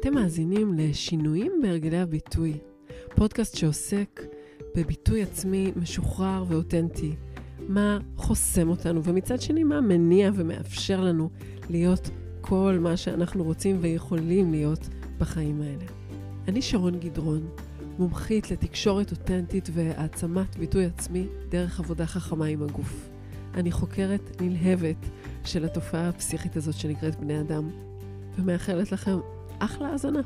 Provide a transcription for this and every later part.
אתם מאזינים לשינויים בהרגלי הביטוי, פודקאסט שעוסק בביטוי עצמי משוחרר ואותנטי, מה חוסם אותנו, ומצד שני מה מניע ומאפשר לנו להיות כל מה שאנחנו רוצים ויכולים להיות בחיים האלה. אני שרון גדרון, מומחית לתקשורת אותנטית והעצמת ביטוי עצמי דרך עבודה חכמה עם הגוף. אני חוקרת נלהבת של התופעה הפסיכית הזאת שנקראת בני אדם, ומאחלת לכם אחלה האזנה.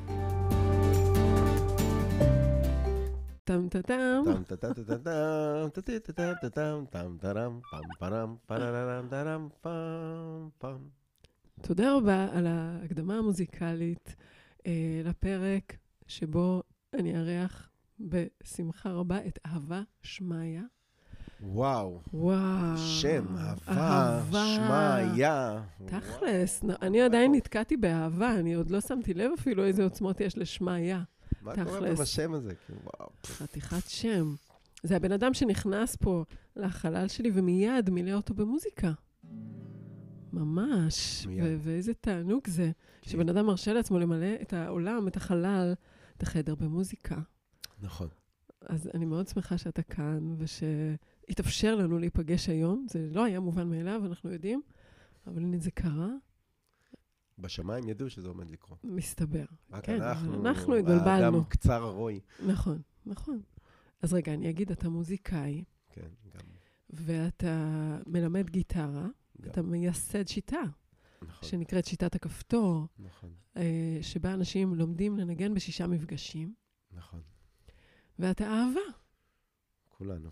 טם טם טם. טם טם טם טם טם טם טם טם טרם פם פרם פררם טרם פם פם. תודה רבה על ההקדמה המוזיקלית לפרק שבו אני אארח בשמחה רבה את אהבה שמעיה. וואו. וואו. שם, אהבה, שמעיה. תכלס, אני עדיין נתקעתי באהבה, אני עוד לא שמתי לב אפילו איזה עוצמות יש לשמעיה. מה קורה בשם הזה? חתיכת שם. זה הבן אדם שנכנס פה לחלל שלי ומיד מילא אותו במוזיקה. ממש. ואיזה תענוג זה. שבן אדם מרשה לעצמו למלא את העולם, את החלל, את החדר במוזיקה. נכון. אז אני מאוד שמחה שאתה כאן, ושהתאפשר לנו להיפגש היום. זה לא היה מובן מאליו, אנחנו יודעים, אבל הנה זה קרה. בשמיים ידעו שזה עומד לקרות. מסתבר. רק כן, אנחנו התבלבלנו. האדם קצר הרוי. נכון, נכון. אז רגע, אני אגיד, אתה מוזיקאי. כן, גם. ואתה מלמד גיטרה, אתה מייסד שיטה. נכון. שנקראת שיטת הכפתור. נכון. שבה אנשים לומדים לנגן ב6 מפגשים. נכון. ואתה אהבה. כולנו.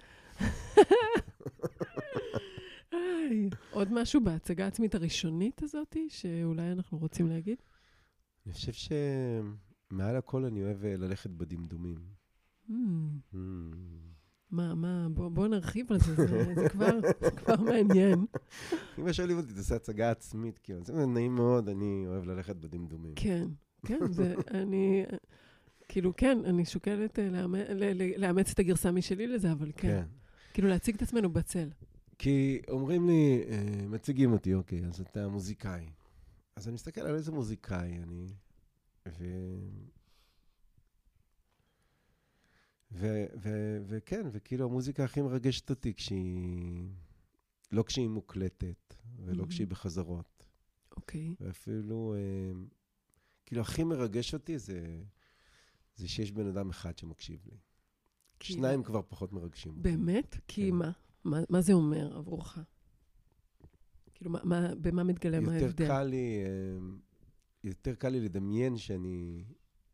עוד משהו בהצגה העצמית הראשונית הזאת, שאולי אנחנו רוצים להגיד? אני חושב שמעל הכל אני אוהב ללכת בדמדומים. בוא נרחיב על זה, זה כבר מעניין. אם שואלים אותי, תעשה הצגה עצמית, זה נעים מאוד, אני אוהב ללכת בדמדומים. כן, כן, אני שוקלת לאמץ את הגרסה משלי לזה, אבל כן. כאילו להציג את עצמנו בצל. כי אומרים לי, מציגים אותי, אוקיי, אז אתה מוזיקאי. אז אני מסתכל על איזה מוזיקאי אני, וכן, וכאילו המוזיקה הכי מרגשת אותי לא כשהיא מוקלטת, ולא כשהיא בחזרות. אוקיי. ואפילו, כאילו הכי מרגש אותי זה שיש בן אדם אחד שמקשיב לי. שניים כבר פחות מרגשים. באמת? כי מה? מה זה אומר עבורך? כאילו, במה מתגלם ההבדל? יותר קל לי לדמיין שאני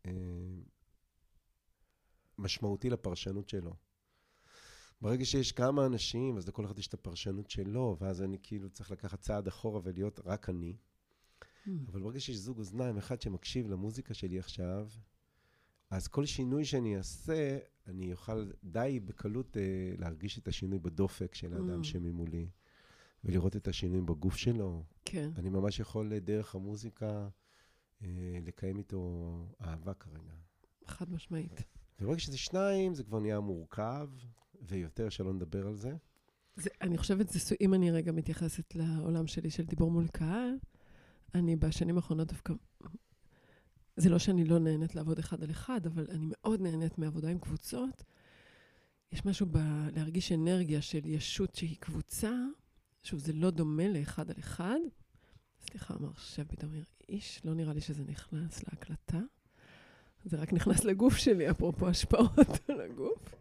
משמעותי לפרשנות שלו. ברגע שיש כמה אנשים, אז לכל אחד יש את הפרשנות שלו, ואז אני כאילו צריך לקחת צעד אחורה ולהיות רק אני. אבל ברגע שיש זוג אוזניים אחד שמקשיב למוזיקה שלי עכשיו, אז כל שינוי שאני אעשה, אני אוכל די בקלות להרגיש את השינוי בדופק של האדם שממולי, ולראות את השינוי בגוף שלו. כן. אני ממש יכול דרך המוזיקה לקיים איתו אהבה כרגע. חד משמעית. וברגע שזה שניים, זה כבר נהיה מורכב, ויותר שלא נדבר על זה. אני חושבת, אם אני רגע מתייחסת לעולם שלי של דיבור מול קהל, אני בשנים האחרונות דווקא, זה לא שאני לא נהנית לעבוד אחד על אחד, אבל אני מאוד נהנית מעבודה עם קבוצות. יש משהו להרגיש אנרגיה של ישות שהיא קבוצה, שוב, זה לא דומה לאחד על אחד. סליחה, אמר שב פתאום, איש, לא נראה לי שזה נכנס להקלטה. זה רק נכנס לגוף שלי, אפרופו השפעות על הגוף.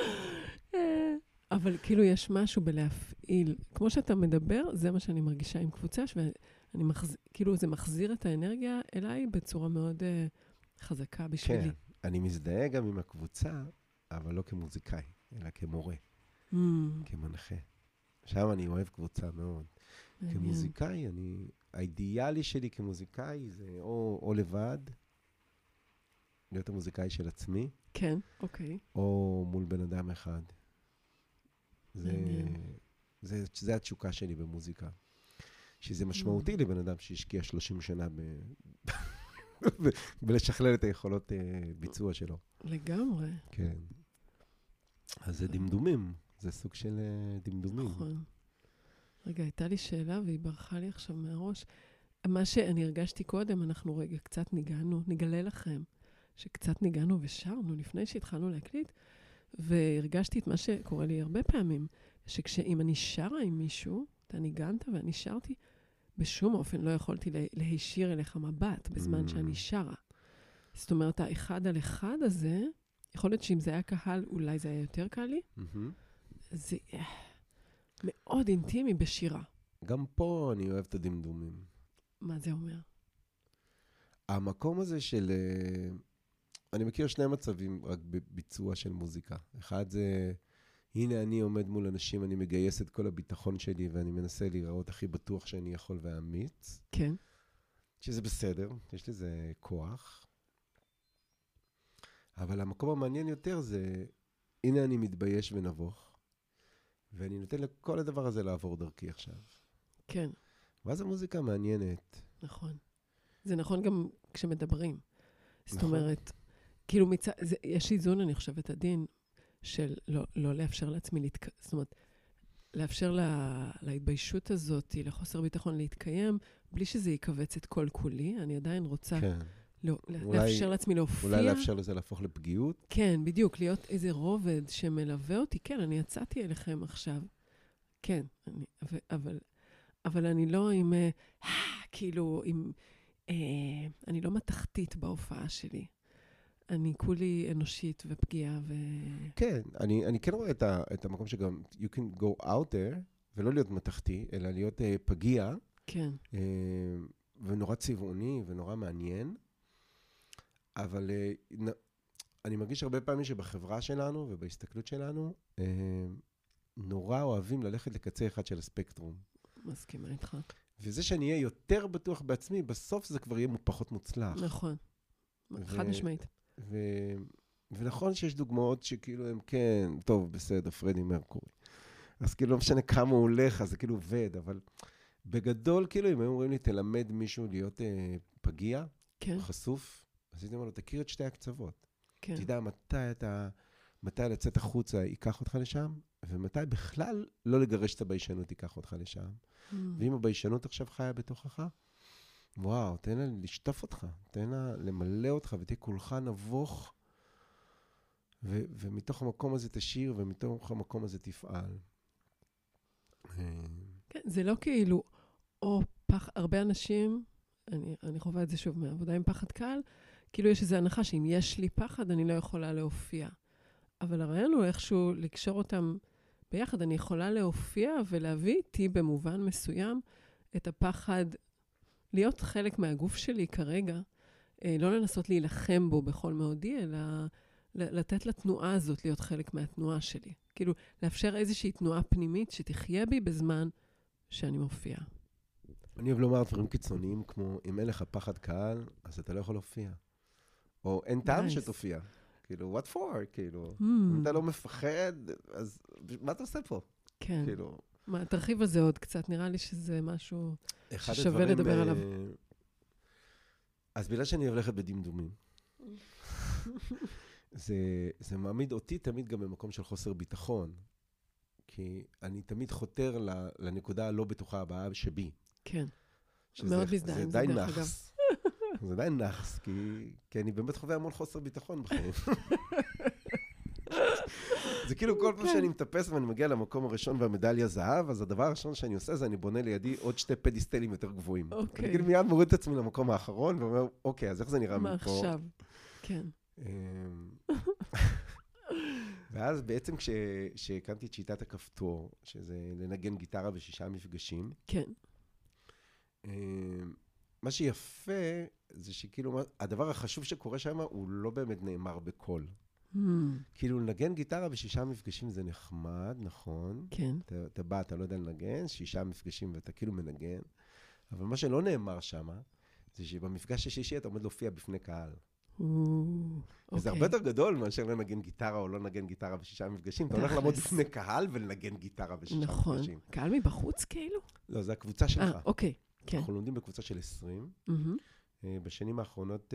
אבל כאילו יש משהו בלהפעיל. כמו שאתה מדבר, זה מה שאני מרגישה עם קבוצה, כאילו זה מחזיר את האנרגיה אליי בצורה מאוד חזקה בשבילי. כן, אני מזדהה גם עם הקבוצה, אבל לא כמוזיקאי, אלא כמורה, כמנחה. שם אני אוהב קבוצה מאוד. כמוזיקאי, האידיאלי שלי כמוזיקאי זה או לבד, להיות המוזיקאי של עצמי. כן, אוקיי. או מול בן אדם אחד. זה התשוקה שלי במוזיקה. שזה משמעותי לבן אדם שהשקיע 30 שנה בלשכלל את היכולות ביצוע שלו. לגמרי. כן. אז זה דמדומים. זה סוג של דמדומים. נכון. רגע, הייתה לי שאלה והיא ברחה לי עכשיו מהראש. מה שאני הרגשתי קודם, אנחנו רגע קצת נגלה לכם, שקצת ניגענו ושרנו לפני שהתחלנו להקליט, והרגשתי את מה שקורה לי הרבה פעמים, שכשאם אני שרה עם מישהו, אתה ניגנת ואני שרתי, בשום אופן לא יכולתי להישיר אליך מבט בזמן שאני שרה. זאת אומרת, האחד על אחד הזה, יכול להיות שאם זה היה קהל, אולי זה היה יותר קל לי. זה מאוד אינטימי בשירה. גם פה אני אוהב את הדמדומים. מה זה אומר? המקום הזה של... אני מכיר שני מצבים רק בביצוע של מוזיקה. אחד זה, הנה אני עומד מול אנשים, אני מגייס את כל הביטחון שלי, ואני מנסה להיראות הכי בטוח שאני יכול ואמיץ. כן. שזה בסדר, יש לזה כוח. אבל המקום המעניין יותר זה, הנה אני מתבייש ונבוך, ואני נותן לכל הדבר הזה לעבור דרכי עכשיו. כן. ואז המוזיקה מעניינת. נכון. זה נכון גם כשמדברים. זאת נכון. אומרת, כאילו יש איזון, אני חושבת, הדין, של לא לאפשר לעצמי זאת אומרת, לאפשר להתביישות הזאת, לחוסר ביטחון להתקיים, בלי שזה יקבץ את כל כולי. אני עדיין רוצה לאפשר לעצמי להופיע. אולי לאפשר לזה להפוך לפגיעות? כן, בדיוק, להיות איזה רובד שמלווה אותי. כן, אני יצאתי אליכם עכשיו. כן, אבל אני לא עם, כאילו, אני לא מתחתית בהופעה שלי. אני כולי אנושית ופגיעה כן, אני כן רואה את המקום שגם you can go out there, ולא להיות מתחתי, אלא להיות פגיע. כן. ונורא צבעוני ונורא מעניין. אבל אני מרגיש הרבה פעמים שבחברה שלנו ובהסתכלות שלנו, נורא אוהבים ללכת לקצה אחד של הספקטרום. מסכימה איתך. וזה שאני אהיה יותר בטוח בעצמי, בסוף זה כבר יהיה פחות מוצלח. נכון. חד משמעית. ונכון שיש דוגמאות שכאילו הם כן, טוב, בסדר, פרדי מרקורי. אז כאילו לא משנה כמה הוא הולך, אז זה כאילו עובד, אבל בגדול, כאילו, אם היו אומרים לי, תלמד מישהו להיות פגיע, כן. חשוף, אז הייתי אומר לו, תכיר את שתי הקצוות. כן. תדע מתי לצאת החוצה ייקח אותך לשם, ומתי בכלל לא לגרש את הביישנות ייקח אותך לשם. ואם הביישנות עכשיו חיה בתוכך, וואו, תן לה לשטוף אותך, תן לה למלא אותך, ותהיה כולך נבוך, ומתוך המקום הזה תשיר, ומתוך המקום הזה תפעל. כן, זה לא כאילו, הרבה אנשים, אני חווה את זה שוב מעבודה עם פחד קל, כאילו יש איזו הנחה שאם יש לי פחד, אני לא יכולה להופיע. אבל הרעיון הוא איכשהו לקשור אותם ביחד. אני יכולה להופיע ולהביא איתי במובן מסוים את הפחד להיות חלק מהגוף שלי כרגע, לא לנסות להילחם בו בכל מאודי, אלא לתת לתנועה הזאת להיות חלק מהתנועה שלי. כאילו, לאפשר איזושהי תנועה פנימית שתחיה בי בזמן שאני מופיע. אני אוהב לומר דברים קיצוניים, כמו אם אין לך פחד קהל, אז אתה לא יכול להופיע. או אין טעם שתופיע. כאילו, what for? כאילו, אם אתה לא מפחד, אז מה אתה עושה פה? כן. כאילו... מה, תרחיב על זה עוד קצת, נראה לי שזה משהו ששווה לדבר עליו. אז בגלל שאני הולכת בדמדומים, זה מעמיד אותי תמיד גם במקום של חוסר ביטחון, כי אני תמיד חותר לנקודה הלא בטוחה הבאה שבי. כן, מאוד מזדהה עם זה דרך אגב. זה די נחס, כי אני באמת חווה המון חוסר ביטחון בחיים. זה כאילו כל פעם שאני מטפס ואני מגיע למקום הראשון והמדליה זהב, אז הדבר הראשון שאני עושה זה אני בונה לידי עוד 2 פדיסטלים יותר גבוהים. אני כאילו מיד מוריד את עצמי למקום האחרון ואומר, אוקיי, אז איך זה נראה מפה? מה עכשיו? כן. ואז בעצם כשהקמתי את שיטת הכפתור, שזה לנגן גיטרה ב6 מפגשים, כן. מה שיפה זה שכאילו הדבר החשוב שקורה שם הוא לא באמת נאמר בקול. כאילו לנגן גיטרה ב6 מפגשים זה נחמד, נכון? כן. אתה בא, אתה לא יודע לנגן, 6 מפגשים ואתה כאילו מנגן, אבל מה שלא נאמר שם, זה שבמפגש השישי אתה עומד להופיע בפני קהל. וזה הרבה יותר גדול מאשר לנגן גיטרה או לא לנגן גיטרה ב6 מפגשים. אתה הולך לעמוד בפני קהל ולנגן גיטרה ב6 מפגשים. נכון. קהל מבחוץ כאילו? לא, זה הקבוצה שלך. אוקיי, כן. אנחנו לומדים בקבוצה של 20. בשנים האחרונות,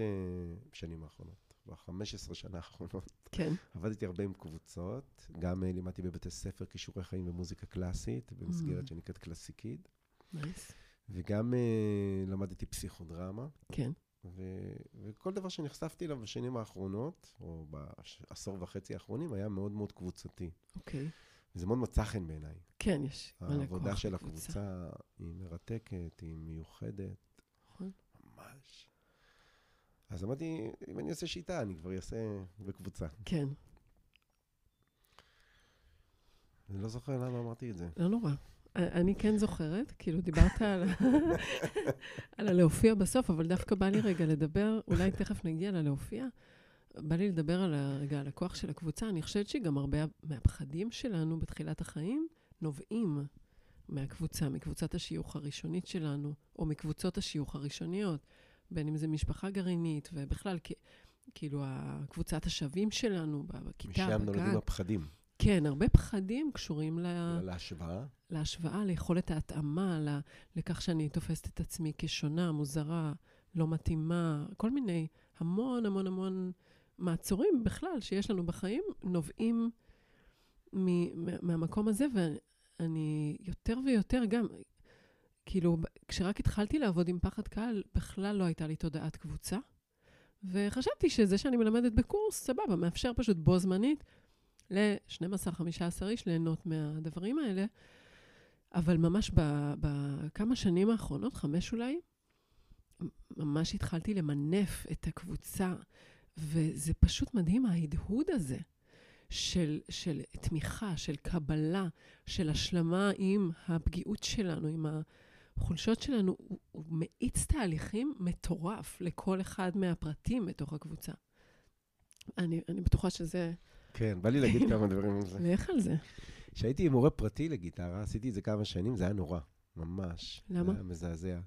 ב-15 שנה האחרונות, כן. עבדתי הרבה עם קבוצות, גם לימדתי בבתי ספר כישורי חיים ומוזיקה קלאסית, במסגרת שנקראת קלאסיקיד. נייס. וגם למדתי פסיכודרמה. כן. וכל דבר שנחשפתי אליו בשנים האחרונות, או בעשור וחצי האחרונים, היה מאוד מאוד קבוצתי. אוקיי. וזה מאוד מצא חן בעיניי. כן, יש מלא כוח בקבוצה. העבודה של הקבוצה היא מרתקת, היא מיוחדת. נכון. ממש. אז אמרתי, אם אני אעשה שיטה, אני כבר אעשה בקבוצה. כן. אני לא זוכר למה אמרתי את זה. לא נורא. אני כן זוכרת, כאילו דיברת על הלהופיע בסוף, אבל דווקא בא לי רגע לדבר, אולי תכף נגיע ללהופיע, בא לי לדבר על הכוח של הקבוצה. אני חושבת שגם הרבה מהפחדים שלנו בתחילת החיים נובעים מהקבוצה, מקבוצת השיוך הראשונית שלנו, או מקבוצות השיוך הראשוניות, בין אם זה משפחה גרעינית, ובכלל, כאילו, קבוצת השווים שלנו בכיתה, משם נולדים הפחדים. כן, הרבה פחדים קשורים להשוואה. להשוואה, ליכולת ההתאמה, לכך שאני תופסת את עצמי כשונה, מוזרה, לא מתאימה, כל מיני, המון המון המון מעצורים בכלל שיש לנו בחיים, נובעים מהמקום הזה, ואני יותר ויותר גם, כאילו, כשרק התחלתי לעבוד עם פחד קהל, בכלל לא הייתה לי תודעת קבוצה, וחשבתי שזה שאני מלמדת בקורס, סבבה, מאפשר פשוט בו זמנית, ל-12-15 איש ליהנות מהדברים האלה, אבל ממש בכמה שנים האחרונות, 5 אולי, ממש התחלתי למנף את הקבוצה, וזה פשוט מדהים, ההדהוד הזה של תמיכה, של קבלה, של השלמה עם הפגיעות שלנו, עם החולשות שלנו, הוא מאיץ תהליכים מטורף לכל אחד מהפרטים בתוך הקבוצה. אני בטוחה שזה... כן, בא לי להגיד כמה דברים על זה. לך על זה. כשהייתי עם מורה פרטי לגיטרה, עשיתי את זה כמה שנים, זה היה נורא, ממש. למה? זה היה מזעזע.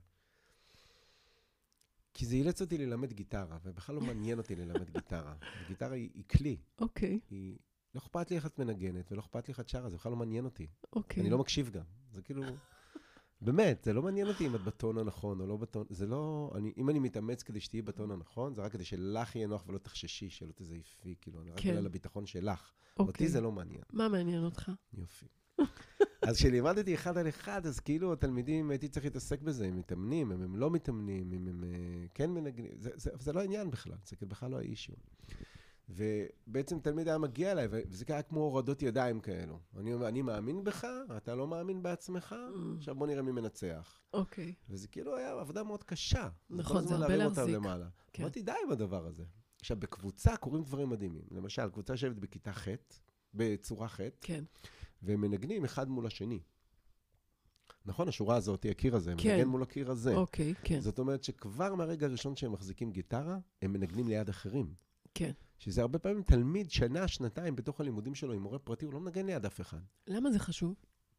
כי זה אילץ אותי ללמד גיטרה, ובכלל לא מעניין אותי ללמד גיטרה. גיטרה היא כלי. אוקיי. לא אכפת לי איך את מנגנת, ולא אכפת לי איך את שרה, זה בכלל לא מעניין אותי. אוקיי. אני לא מקשיב גם. זה כאילו... באמת, זה לא מעניין אותי אם את בטון הנכון או לא בטון, זה לא, אם אני מתאמץ כדי שתהיי בטון הנכון, זה רק כדי שלך יהיה נוח ולא תחששי, שלא תזייפי, כאילו, אני רק על הביטחון שלך. אותי זה לא מעניין. מה מעניין אותך? יופי. אז כשלימדתי 1 על 1, אז כאילו התלמידים, הייתי צריך להתעסק בזה, הם מתאמנים, הם לא מתאמנים, אם הם כן מנגנים, זה לא העניין בכלל, זה בכלל לא האישיו. ובעצם תלמיד היה מגיע אליי, וזה היה כמו הורדות ידיים כאלו. אני מאמין בך, אתה לא מאמין בעצמך, עכשיו בוא נראה מי מנצח. אוקיי. וזה כאילו היה עבודה מאוד קשה. נכון, זה הרבה להחזיק. אמרתי, די עם הדבר הזה. עכשיו, בקבוצה קורים דברים מדהימים. למשל, קבוצה יושבת בכיתה ח', בצורה ח', כן. והם מנגנים אחד מול השני. נכון, השורה הזאת, הקיר הזה, כן. מנגן מול הקיר הזה. אוקיי, כן. זאת אומרת שכבר מהרגע הראשון שהם מחזיקים גיטרה, הם מנגנים ליד אחרים. כן. שזה הרבה פעמים תלמיד שנה, שנתיים בתוך הלימודים שלו עם מורה פרטי, הוא לא מנגן ליד אף אחד. למה זה חשוב?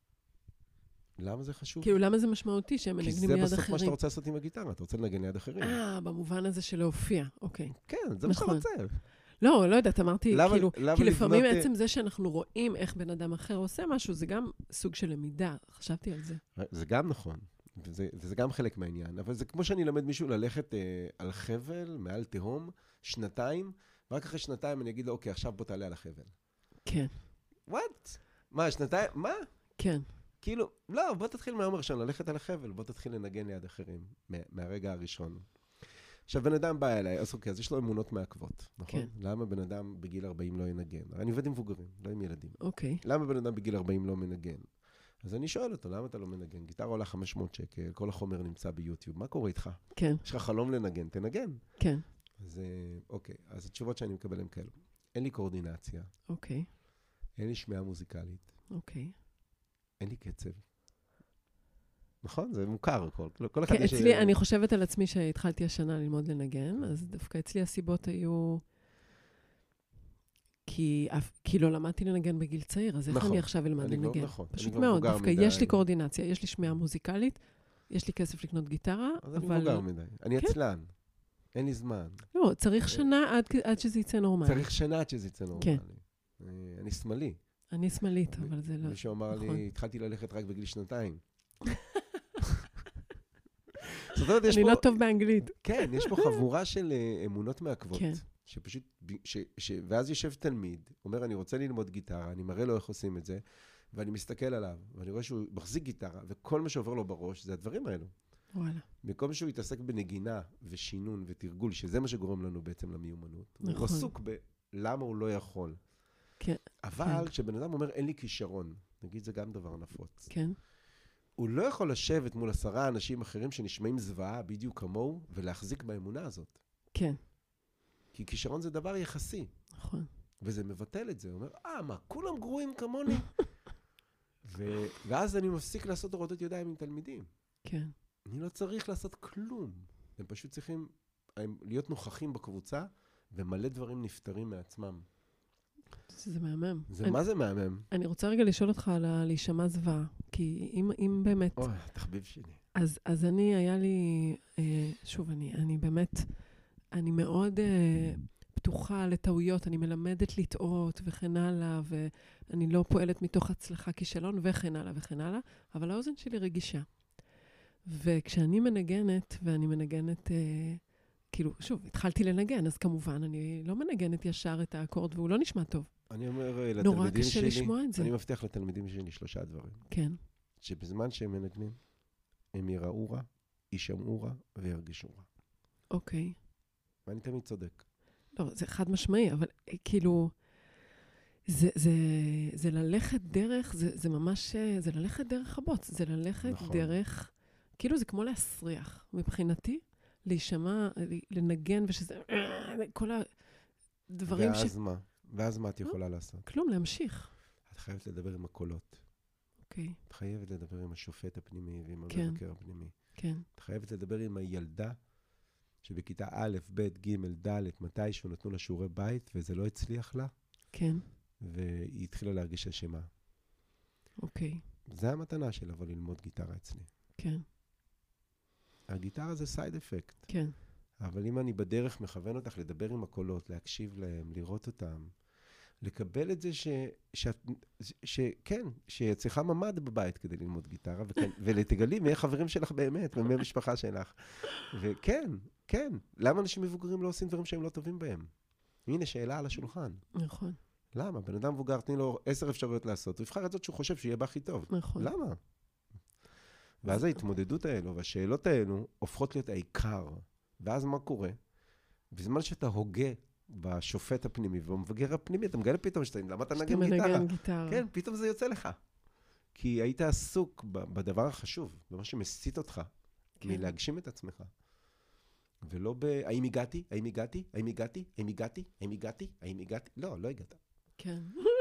למה זה חשוב? כאילו, למה זה משמעותי שהם מנגנים ליד אחרים? כי זה בסוף מה שאתה רוצה לעשות עם הגיטרה, אתה רוצה לנגן ליד אחרים. במובן הזה של להופיע, אוקיי. כן, זה מה שאתה רוצה. לא יודעת, אמרתי, כאילו, כי לפעמים עצם זה שאנחנו רואים איך בן אדם אחר עושה משהו, זה גם סוג של למידה, חשבתי על זה. זה גם נכון, וזה גם חלק מהעניין, אבל זה כמו שאני אלמד מישהו ללכת על חבל, מעל תהום, 2, ורק אחרי 2 אני אגיד לו, אוקיי, עכשיו בוא תעלה על החבל. כן. What? מה, 2? מה? כן. כאילו, לא, בוא תתחיל מהיום הראשון, ללכת על החבל, בוא תתחיל לנגן ליד אחרים, מהרגע הראשון. עכשיו, בן אדם בא אליי, אז אוקיי, אז יש לו אמונות מעכבות, נכון? כן. למה בן אדם בגיל 40 לא ינגן? אני עובד עם מבוגרים, לא עם ילדים. אוקיי. למה בן אדם בגיל 40 לא מנגן? אז אני שואל אותו, למה אתה לא מנגן? גיטרה עולה 500 שקל, כל החומר נמצא ביוטיוב, מה קורה איתך? כן. יש לך חלום לנגן, תנגן. כן. אז אוקיי, אז התשובות שאני מקבל הן כאלו. אין לי קואורדינציה. אוקיי. אין לי שמיעה מוזיקלית. אוקיי. אין לי קצב. נכון? זה מוכר הכל. כן, אצלי, אני חושבת על עצמי שהתחלתי השנה ללמוד לנגן, אז דווקא אצלי הסיבות היו... כי לא למדתי לנגן בגיל צעיר, אז איך אני עכשיו אלמד לנגן? פשוט מאוד, דווקא יש לי קואורדינציה, יש לי שמיעה מוזיקלית, יש לי כסף לקנות גיטרה, אבל... אז אני מבוגר מדי. אני עצלן. אין לי זמן. לא, צריך שנה עד שזה יצא נורמלי. צריך שנה עד שזה יצא נורמלי. אני שמאלי. אני שמאלית, אבל זה לא... מישהו אמר לי, התחלתי ללכת רק בגיל 2. אני לא טוב באנגלית. כן, יש פה חבורה של אמונות מעכבות. שפשוט, ואז יושב תלמיד, אומר, אני רוצה ללמוד גיטרה, אני מראה לו איך עושים את זה, ואני מסתכל עליו, ואני רואה שהוא מחזיק גיטרה, וכל מה שעובר לו בראש, זה הדברים האלו. וואלה. במקום שהוא יתעסק בנגינה ושינון ותרגול, שזה מה שגורם לנו בעצם למיומנות. נכון. הוא עסוק בלמה הוא לא יכול. כן. אבל כשבן אדם אומר, אין לי כישרון, נגיד זה גם דבר נפוץ. כן. הוא לא יכול לשבת מול 10 אנשים אחרים שנשמעים זוועה בדיוק כמוהו, ולהחזיק באמונה הזאת. כן. כי כישרון זה דבר יחסי. נכון. וזה מבטל את זה. הוא אומר, מה, כולם גרועים כמוני? ואז אני מפסיק לעשות הורדות ידיים עם תלמידים. כן. אני לא צריך לעשות כלום. הם פשוט צריכים להיות נוכחים בקבוצה, ומלא דברים נפטרים מעצמם. זה מהמם. מה זה מהמם? אני רוצה רגע לשאול אותך על להישמע זוועה, כי אם באמת... אוי, תחביב שלי. אז היה לי, שוב, אני באמת, אני מאוד פתוחה לטעויות, אני מלמדת לטעות וכן הלאה, ואני לא פועלת מתוך הצלחה כישלון וכן הלאה וכן הלאה, אבל האוזן שלי רגישה. וכשאני מנגנת, ואני מנגנת, כאילו, שוב, התחלתי לנגן, אז כמובן, אני לא מנגנת ישר את האקורד, והוא לא נשמע טוב. אני אומר לתלמידים שלי, נורא קשה לשמוע את זה. אני מבטיח לתלמידים שלי 3 דברים. כן. שבזמן שהם מנגנים, הם יראו רע, יישמעו רע וירגישו רע. אוקיי. ואני תמיד צודק. לא, זה חד משמעי, אבל כאילו, זה ללכת דרך, זה ממש, זה ללכת דרך הבוץ, זה ללכת נכון. דרך, כאילו זה כמו להסריח, מבחינתי, להישמע, לנגן, ושזה, כל הדברים ואז מה? ואז מה את יכולה לעשות? כלום, להמשיך. את חייבת לדבר עם הקולות. אוקיי. את חייבת לדבר עם השופט הפנימי ועם המבקר הפנימי. כן. את חייבת לדבר עם הילדה שבכיתה א', ב', ג', ד', מתישהו נתנו לה שיעורי בית, וזה לא הצליח לה. כן. והיא התחילה להרגיש אשמה. אוקיי. זה המתנה של לבוא ללמוד גיטרה אצלי. כן. הגיטרה זה סייד אפקט. כן. אבל אם אני בדרך מכוון אותך לדבר עם הקולות, להקשיב להם, לראות אותם, לקבל את זה שכן, שצריכה ממד בבית כדי ללמוד גיטרה, ולתגלי מי החברים שלך באמת, ומי המשפחה שלך. וכן, כן, למה אנשים מבוגרים לא עושים דברים שהם לא טובים בהם? הנה, שאלה על השולחן. נכון. למה? בן אדם מבוגר, תני לו 10 אפשרויות לעשות, הוא יבחר את זאת שהוא חושב שיהיה בה הכי טוב. נכון. למה? ואז ההתמודדות האלו והשאלות האלו הופכות להיות העיקר. ואז מה קורה? בזמן שאתה הוגה בשופט הפנימי ובמבגר הפנימי, אתה מגלה פתאום למה אתה נגן גיטרה? כן, פתאום זה יוצא לך. כי היית עסוק בדבר החשוב, במה שמסית אותך, מלהגשים את עצמך. ולא האם הגעתי? האם הגעתי? האם הגעתי? האם הגעתי? האם הגעתי? האם הגעתי? לא, לא הגעת. כן.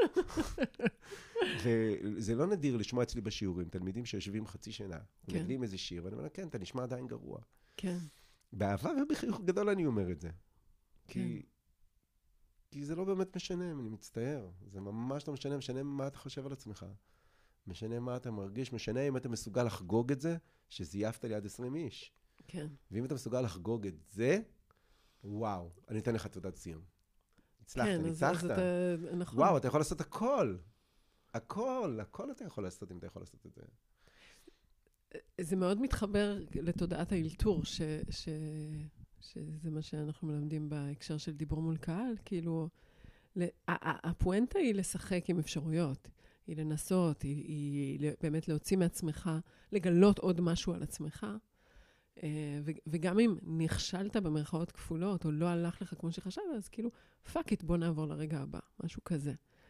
וזה לא נדיר לשמוע אצלי בשיעורים, תלמידים שיושבים חצי שנה, מנגנים איזה שיר, ואני אומר, כן, אתה נשמע עדיין גרוע. כן. באהבה ובחיוך גדול אני אומר את זה. כי זה לא באמת משנה, אני מצטער. זה ממש לא משנה, משנה מה אתה חושב על עצמך. משנה מה אתה מרגיש, משנה אם אתה מסוגל לחגוג את זה, שזייפת ליד 20 איש. כן. ואם אתה מסוגל לחגוג את זה, וואו, אני אתן לך תעודת סיום. הצלחת, ניצחת. נכון. וואו, אתה יכול לעשות הכל. הכל אתה יכול לעשות אם אתה יכול לעשות את זה. זה מאוד מתחבר לתודעת האלתור, שזה מה שאנחנו מלמדים בהקשר של דיבור מול קהל, כאילו, הפואנטה היא לשחק עם אפשרויות, היא לנסות, היא באמת להוציא מעצמך, לגלות עוד משהו על עצמך, וגם אם נכשלת במרכאות כפולות, או לא הלך לך כמו שחשב, אז כאילו, פאק איט, בוא נעבור לרגע הבא, משהו כזה.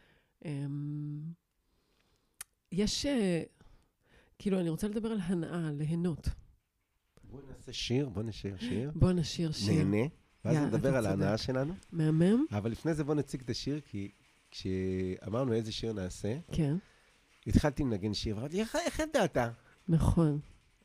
יש, כאילו, אני רוצה לדבר על הנאה, ליהנות. בוא נעשה שיר, בוא נשיר שיר. בוא נשיר שיר. נהנה, ואז נדבר על ההנאה שלנו. מהמם. אבל לפני זה בוא נציג את השיר, כי כשאמרנו איזה שיר נעשה, כן. התחלתי לנגן שיר, ואמרתי, איך ידעת? נכון.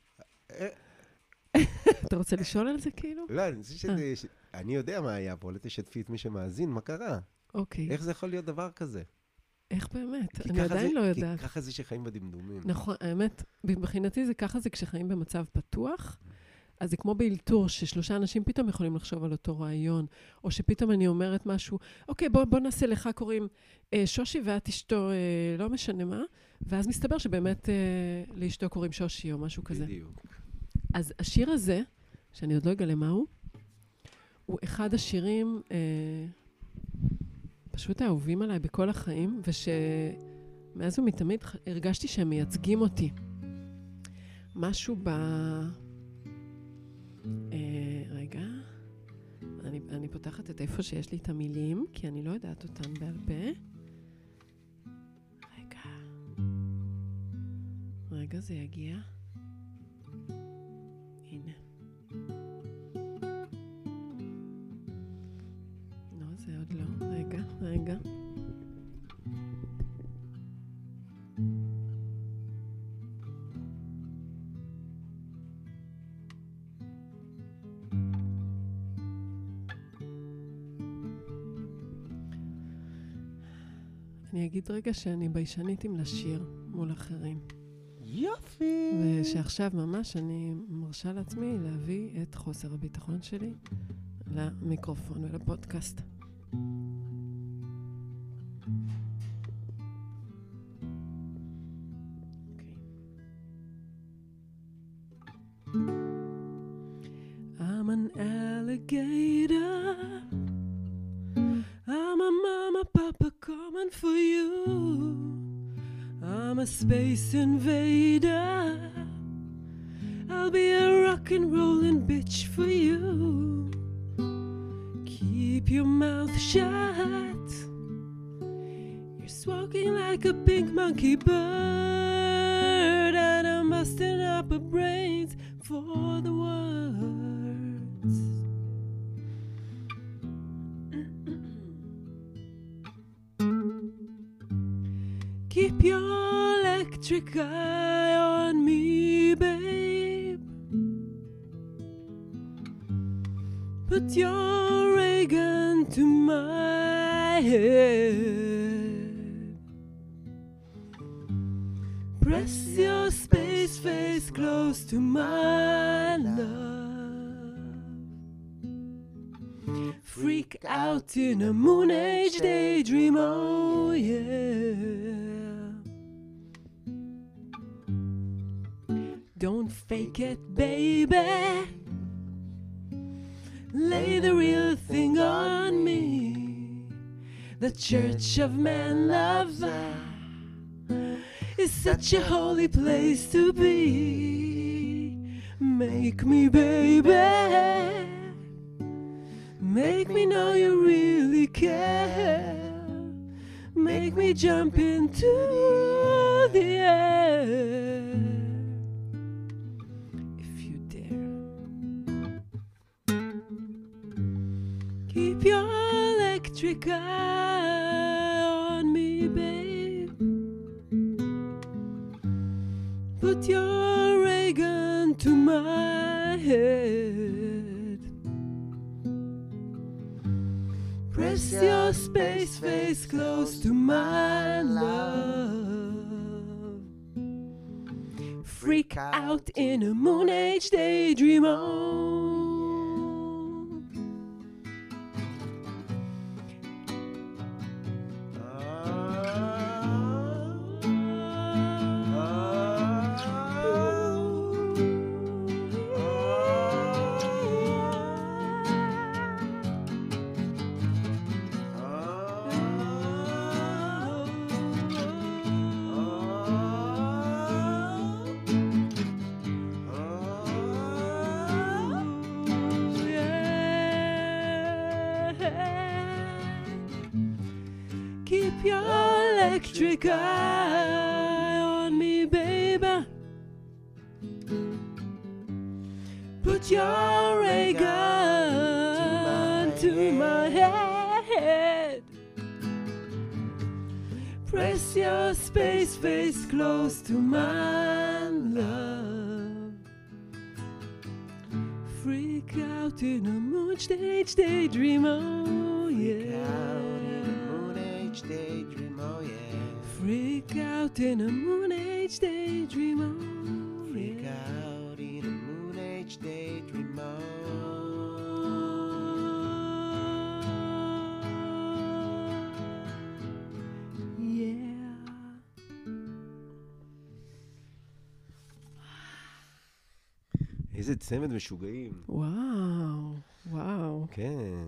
אתה רוצה לשאול על זה כאילו? לא, אני חושב אני יודע מה היה פה, לא תשתפי את מי שמאזין, מה קרה? אוקיי. איך זה יכול להיות דבר כזה? איך באמת? אני עדיין לא יודעת. כי ככה זה שחיים בדמדומים. נכון, האמת, מבחינתי זה ככה זה כשחיים במצב פתוח, אז זה כמו באלתור, ש3 אנשים פתאום יכולים לחשוב על אותו רעיון, או שפתאום אני אומרת משהו, אוקיי, בוא נעשה לך קוראים שושי ואת אשתו, לא משנה מה, ואז מסתבר שבאמת לאשתו קוראים שושי או משהו כזה. בדיוק. אז השיר הזה, שאני עוד לא אגלה מהו, הוא אחד השירים פשוט האהובים עליי בכל החיים, ושמאז ומתמיד הרגשתי שהם מייצגים אותי. משהו פותחת את איפה שיש לי את המילים, כי אני לא יודעת אותן בעל פה. רגע, זה יגיע. הנה. לא, זה עוד לא. רגע. אני אגיד רגע שאני ביישנית עם לשיר מול אחרים. יופי! ושעכשיו ממש אני מרשה לעצמי להביא את חוסר הביטחון שלי למיקרופון ולפודקאסט. I'm an alligator. I'm a mama, papa coming for you. I'm a space invader. I'll be a rock and rollin' bitch for you. Keep your mouth shut. You're smoking like a pink monkey bird, and I'm busting up her brains for the words. Keep your electric eye on me, babe. Put your ray gun to my head. Press your space face close to my love. Freak out in a moon age daydream, oh yeah. Don't fake it, baby. Lay the real thing on me. The Church of Man Love is such a holy place to be. Make me, baby. Make me know you really care. Make me jump into the air. Keep your electric eye on me, babe. Put your ray gun to my head. Press your space face close to my love. Freak out in a moon age daydream, oh. Keep your electric eye on me, baby. Put your ray gun to my head. Press your space face close to my love. Freak out in a moon stage daydream, oh yeah. Daydream, oh yeah. Freak out in a moon age daydream, oh Freak out in a moon age daydream, oh yeah. איזה צמד משוגעים. וואו. כן.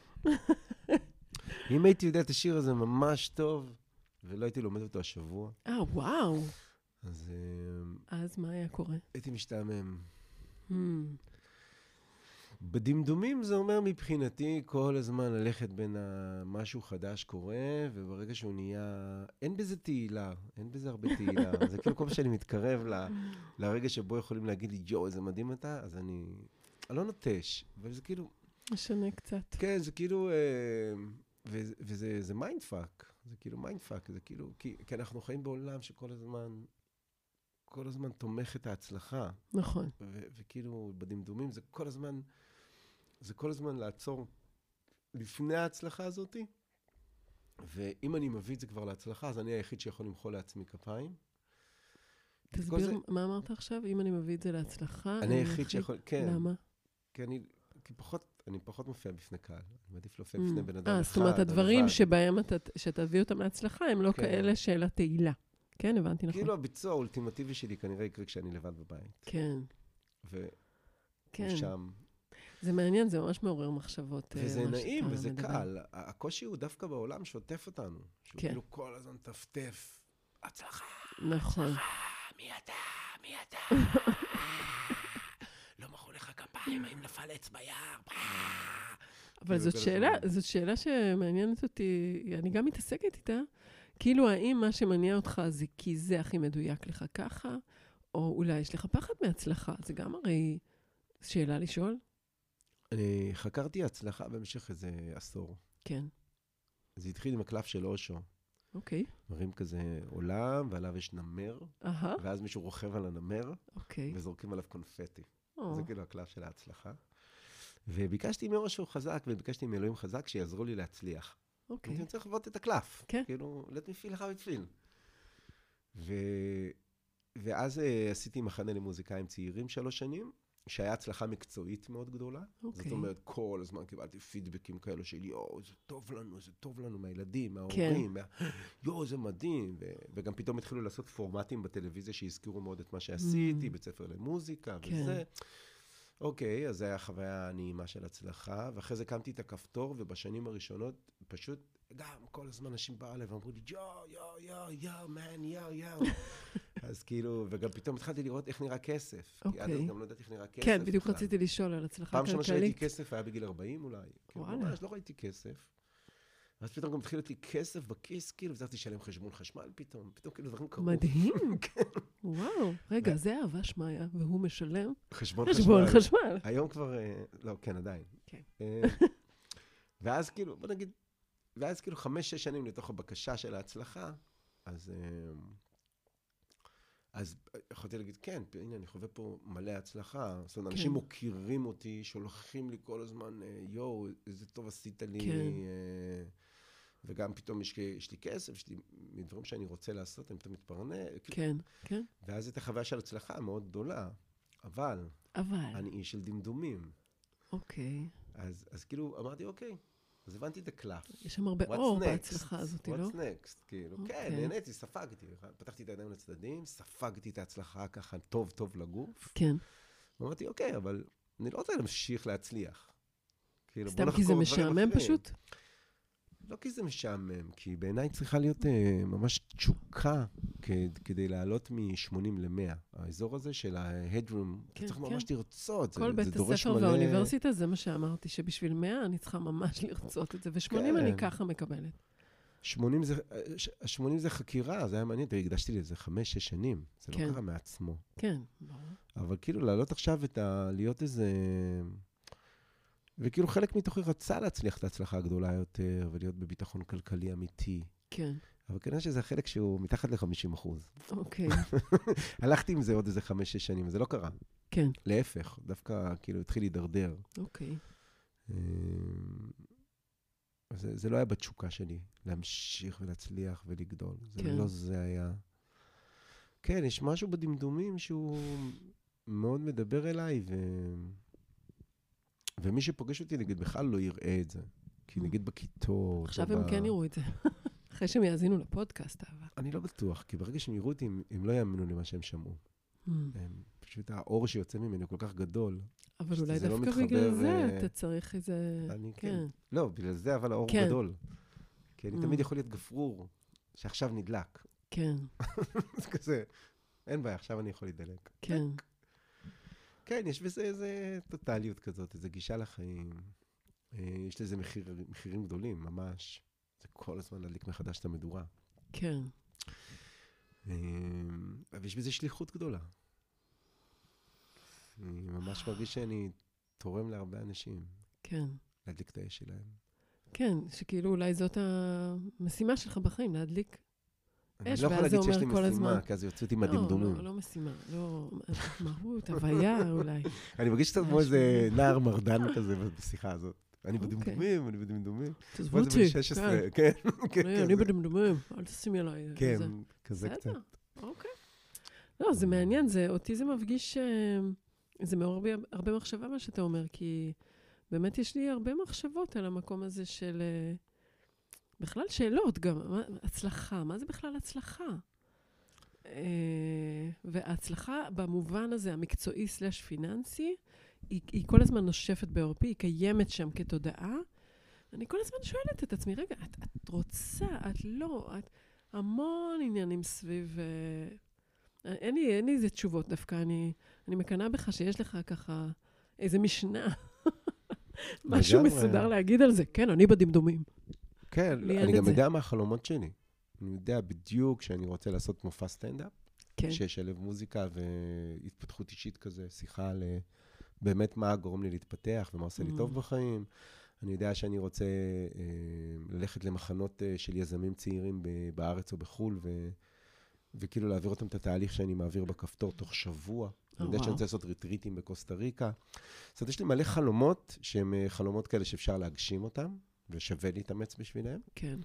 אם הייתי יודע את השיר הזה ממש טוב, ולא הייתי לומד אותו השבוע. וואו. אז מה היה קורה? הייתי משתעמם. בדמדומים זה אומר מבחינתי כל הזמן ללכת בין משהו חדש קורה, וברגע שהוא נהיה, אין בזה תהילה, אין בזה הרבה תהילה. זה כאילו כל פעם שאני מתקרב לרגע שבו יכולים להגיד לי, יו, איזה מדהים אתה, אז אני לא נוטש, אבל זה כאילו... משנה קצת. כן, זה כאילו, וזה מיינדפאק, זה כאילו מיינדפאק, זה כאילו, כי אנחנו חיים בעולם שכל הזמן... כל הזמן תומך את ההצלחה. נכון. וכאילו בדמדומים זה כל הזמן לעצור לפני ההצלחה הזאת, ואם אני מביא את זה כבר להצלחה, אז אני היחיד שיכול למחוא לעצמי כפיים. תסביר מה אמרת עכשיו, אם אני מביא את זה להצלחה. אני היחיד שיכול, כן. למה? כי אני פחות מופיע בפני קהל. אני מעדיף להופיע בפני בן אדם אחד. זאת אומרת, הדברים שבהם אתה תביא אותם להצלחה, הם לא כאלה של התהילה. כן, הבנתי נכון. כאילו הביצוע האולטימטיבי שלי כנראה יקרה כשאני לבד בבית. כן. ושם... זה מעניין, זה ממש מעורר מחשבות. וזה נעים, וזה קל. הקושי הוא דווקא בעולם שוטף אותנו. שהוא כאילו כל הזמן טפטף. הצלחה, נכון. הצלחה, מי אתה? לא מחאו לך כפיים, האם נפל עץ ביער? אבל זאת שאלה שמעניינת אותי, אני גם מתעסקת איתה, כאילו, האם מה שמניע אותך זה כי זה הכי מדויק לך ככה, או אולי יש לך פחד מהצלחה? זה גם הרי שאלה לשאול. אני חקרתי הצלחה במשך איזה עשור. כן. זה התחיל עם הקלף של אושו. אוקיי. מראים כזה עולם, ועליו יש נמר, ואז מישהו רוכב על הנמר, וזורקים עליו קונפטי. זה כאילו הקלף של ההצלחה. וביקשתי מאושו חזק, וביקשתי מאלוהים חזק שיעזרו לי להצליח. אוקיי. אני צריך לבוא את הקלף. כן. כאילו, let me feel how it feel. ואז עשיתי מחנה למוזיקאים צעירים 3 שנים, שהיה הצלחה מקצועית מאוד גדולה. אוקיי. זאת אומרת, כל הזמן קיבלתי פידבקים כאלו של יו, זה טוב לנו מהילדים, מההורים, יו, זה מדהים. וגם פתאום התחילו לעשות פורמטים בטלוויזיה שהזכירו מאוד את מה שעשיתי, בית ספר למוזיקה וזה. אוקיי, אז זה היה חוויה נעימה של הצלחה, ואחרי זה קמתי את הכפתור, ובשנים הראשונות פשוט, גם כל הזמן אנשים באו אליי ואמרו לי, יו, מן, יו. אז כאילו, וגם פתאום התחלתי לראות איך נראה כסף. כי עד אז גם לא יודעת איך נראה כסף. כן, בדיוק רציתי לשאול על הצלחה כלכלית. פעם שראיתי כסף היה בגיל 40 אולי. וואלה. ממש לא ראיתי כסף. אז פתאום גם התחיל אותי כסף בכיס, כאילו, וצריך לשלם חשבון חשמל פתאום כאילו דברים קרו. מדהים. וואו. רגע, זה אהבה שמיה, והוא משלם? חשבון חשמל. היום כבר, לא, כן, עדיין. כן. ואז כאילו, בוא נגיד, 5-6 שנים לתוך הבקשה של ההצלחה, אז יכולתי להגיד, כן, הנה, אני חווה פה מלא הצלחה. זאת אומרת, אנשים מוכירים אותי, שולחים לי כל הזמן, יו, איזה טוב עשית לי. וגם פתאום יש לי כסף, יש לי מדברים שאני רוצה לעשות, אני פתאום מתפרנס. כן. ואז את החוויה של הצלחה מאוד גדולה. אבל. אני איש של דמדומים. אוקיי. אז כאילו אמרתי, אוקיי. אז הבנתי את הקלף. יש שם הרבה אור בהצלחה הזאת, לא? What's next? כאילו, כן, נהניתי, ספגתי. פתחתי את הידיים לצדדים, ספגתי את ההצלחה ככה טוב לגוף. כן. ואמרתי, אוקיי, אבל אני לא רוצה להמשיך להצליח. סתם כי זה משעמם פשוט? לא כי זה משעמם, כי בעיניי צריכה להיות ממש תשוקה כדי לעלות מ-80 ל-100. האזור הזה של ההדרום, אתה צריך ממש לרצות, זה דורש מלא. כל בית הספר והאוניברסיטה, זה מה שאמרתי, שבשביל 100 אני צריכה ממש לרצות את זה, ו-80 אני ככה מקבלת. 80 זה חקירה, זה היה מעניין, והקדשתי לזה 5-6 שנים, זה לא קרה מעצמו. כן, ברור. אבל כאילו לעלות עכשיו להיות איזה... וכאילו חלק מתוכי רצה להצליח את ההצלחה הגדולה יותר, ולהיות בביטחון כלכלי אמיתי. כן. אבל כנראה שזה חלק שהוא מתחת ל-50%. אוקיי. הלכתי עם זה עוד איזה 5-6 שנים, זה לא קרה. כן. להפך, דווקא כאילו התחיל להידרדר. אוקיי. זה לא היה בתשוקה שלי, להמשיך ולהצליח ולגדול. זה לא זה היה. כן, יש משהו בדמדומים שהוא מאוד מדבר אליי, ומי שפוגש אותי, נגיד, בכלל לא יראה את זה. כי נגיד בכיתות... עכשיו הם כן יראו את זה. אחרי שהם יאזינו לפודקאסט, אבל... אני לא בטוח, כי ברגע שהם יראו אותי, הם לא יאמינו למה שהם שמעו. פשוט האור שיוצא ממנו כל כך גדול. אבל אולי דווקא בגלל זה אתה צריך איזה... כן. לא, בגלל זה אבל האור גדול. כי אני תמיד יכול להיות גפרור, שעכשיו נדלק. כן. זה כזה, אין בעיה, עכשיו אני יכול להידלק. כן. כן, יש בזה איזה טוטליות כזאת, איזו גישה לחיים. יש לזה מחירים גדולים, ממש. זה כל הזמן להדליק מחדש את המדורה. כן. ויש בזה שליחות גדולה. אני ממש מרגיש שאני תורם להרבה אנשים. כן. להדליק את האש שלהם. כן, שכאילו אולי זאת המשימה שלך בחיים, להדליק אני לא יכול להגיד שיש לי משימה, כי אז יוצא אותי מהדמדומים. לא משימה, לא מהות, הוויה אולי. אני מרגיש קצת כמו איזה נער מרדן כזה בשיחה הזאת. אני בדמדומים. תעזבו אותי. כן. אני בדמדומים, אל תשימי עליי. כן, כזה קצת. אוקיי. לא, זה מעניין, אותי זה מפגיש, זה מעורר בי הרבה מחשבה מה שאתה אומר, כי באמת יש לי הרבה מחשבות על המקום הזה של, בכלל שאלות גם, הצלחה, מה זה בכלל הצלחה? וההצלחה במובן הזה, המקצועי סלש פיננסי, היא כל הזמן נושפת בעורפי, היא קיימת שם כתודעה. אני כל הזמן שואלת את עצמי, רגע, את רוצה, את לא, את המון עניינים סביב, אין לי איזה תשובות דווקא, אני מקנה בך שיש לך ככה איזה משנה, משהו מסודר להגיד על זה. כן, אני בדמדומים. כן, אני גם יודע מה החלומות שלי. אני יודע בדיוק שאני רוצה לעשות מופע סטנדאפ, שישלב מוזיקה והתפתחות אישית כזה, שיחה על באמת מה גורם לי להתפתח ומה עושה לי טוב בחיים. אני יודע שאני רוצה ללכת למחנות של יזמים צעירים בארץ או בחול, וכאילו להעביר אותם את התהליך שאני מעביר בכפתור תוך שבוע. אני יודע שאני רוצה לעשות ריטריטים בקוסטה ריקה. זאת אומרת, יש לי מלא חלומות שהם חלומות כאלה שאפשר להגשים אותם, ושווה להתאמץ בשבילם. כן.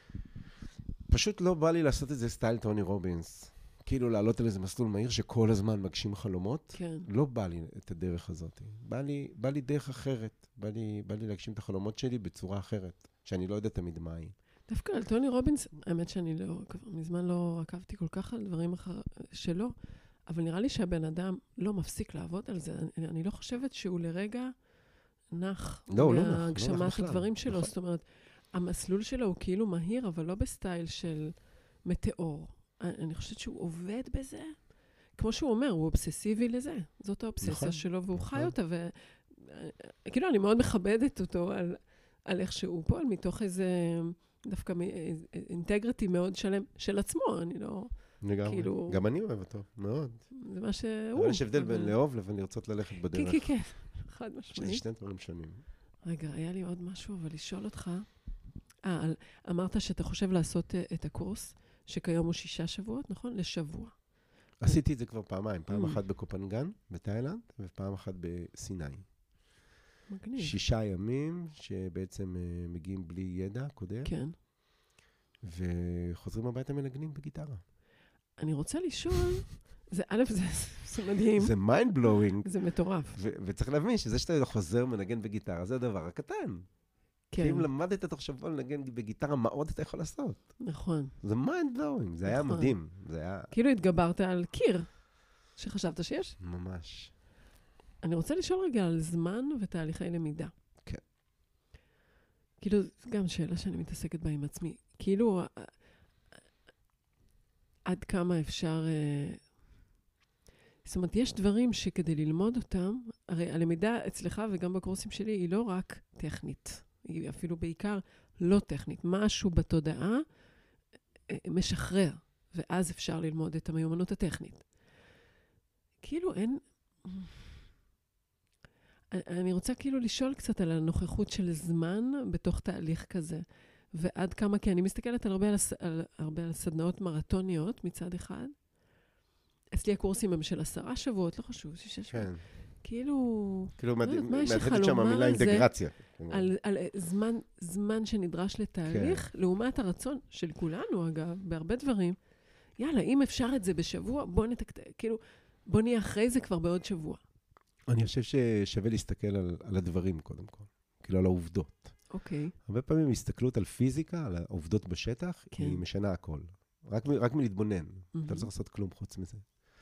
פשוט לא בא לי לעשות את זה סטייל טוני רובינס. כאילו לעלות על איזה מסלול מהיר שכל הזמן מגשים חלומות. כן. לא בא לי את הדרך הזאת. בא לי דרך אחרת. בא לי להגשים את החלומות שלי בצורה אחרת, שאני לא יודע תמיד מה היא. דווקא על טוני רובינס, האמת שאני מזמן לא עקבתי כל כך על דברים שלו, אבל נראה לי שהבן אדם לא מפסיק לעבוד על זה. אני לא חושבת שהוא לרגע נח מהגשמת הדברים שלו. זאת אומרת, המסלול שלו הוא כאילו מהיר, אבל לא בסטייל של מטאור. אני חושבת שהוא עובד בזה. כמו שהוא אומר, הוא אובססיבי לזה. זאת האובססיה שלו, והוא חי אותה. וכאילו, אני מאוד מכבדת אותו על איך שהוא פועל, מתוך איזה דווקא אינטגריטי מאוד שלם של עצמו. אני לא... כאילו... גם אני אוהב אותו, מאוד. זה מה שהוא... אבל יש הבדל בין לאהוב לבין לרצות ללכת בדרך. כן. חד משמעית. זה שני דברים שונים. רגע, היה לי עוד משהו, אבל לשאול אותך... אמרת שאתה חושב לעשות את הקורס, שכיום הוא 6 שבועות, נכון? לשבוע. עשיתי את זה כבר פעמיים. פעם אחת בקופנגן, בתאילנד, ופעם אחת בסיני. מגניב. 6 ימים שבעצם מגיעים בלי ידע קודם. כן. וחוזרים הביתה מנגנים בגיטרה. אני רוצה לשאול, זה מדהים. זה mind blowing. זה מטורף. וצריך להבין שזה שאתה חוזר מנגן בגיטרה, זה הדבר הקטן. כן. כי אם למדת תוך שבוע לנגן בגיטרה, מה עוד אתה יכול לעשות? נכון. זה mind blowing, זה היה מדהים. כאילו התגברת על קיר, שחשבת שיש? ממש. אני רוצה לשאול רגע על זמן ותהליכי למידה. כן. כאילו, זו גם שאלה שאני מתעסקת בה עם עצמי. כאילו, עד כמה אפשר... זאת אומרת, יש דברים שכדי ללמוד אותם, הרי הלמידה אצלך וגם בקורסים שלי היא לא רק טכנית, היא אפילו בעיקר לא טכנית. משהו בתודעה משחרר, ואז אפשר ללמוד את המיומנות הטכנית. כאילו אין... אני רוצה כאילו לשאול קצת על הנוכחות של זמן בתוך תהליך כזה, ועד כמה, כי אני מסתכלת על הרבה על סדנאות מרתוניות מצד אחד. אצלי הקורסים הם של 10 שבועות, לא חשוב, 6 שבועות. כן. כאילו מהדהדת שם המילה אינטגרציה. על זמן שנדרש לתהליך, לעומת הרצון של כולנו, אגב, בהרבה דברים. יאללה, אם אפשר את זה בשבוע, בוא נהיה אחרי זה כבר בעוד שבוע. אני חושב ששווה להסתכל על הדברים קודם כל, כאילו על העובדות. אוקיי. הרבה פעמים הסתכלות על פיזיקה, על העובדות בשטח, היא משנה הכל. רק מלהתבונן. אתה לא צריך לעשות כלום חוץ מזה.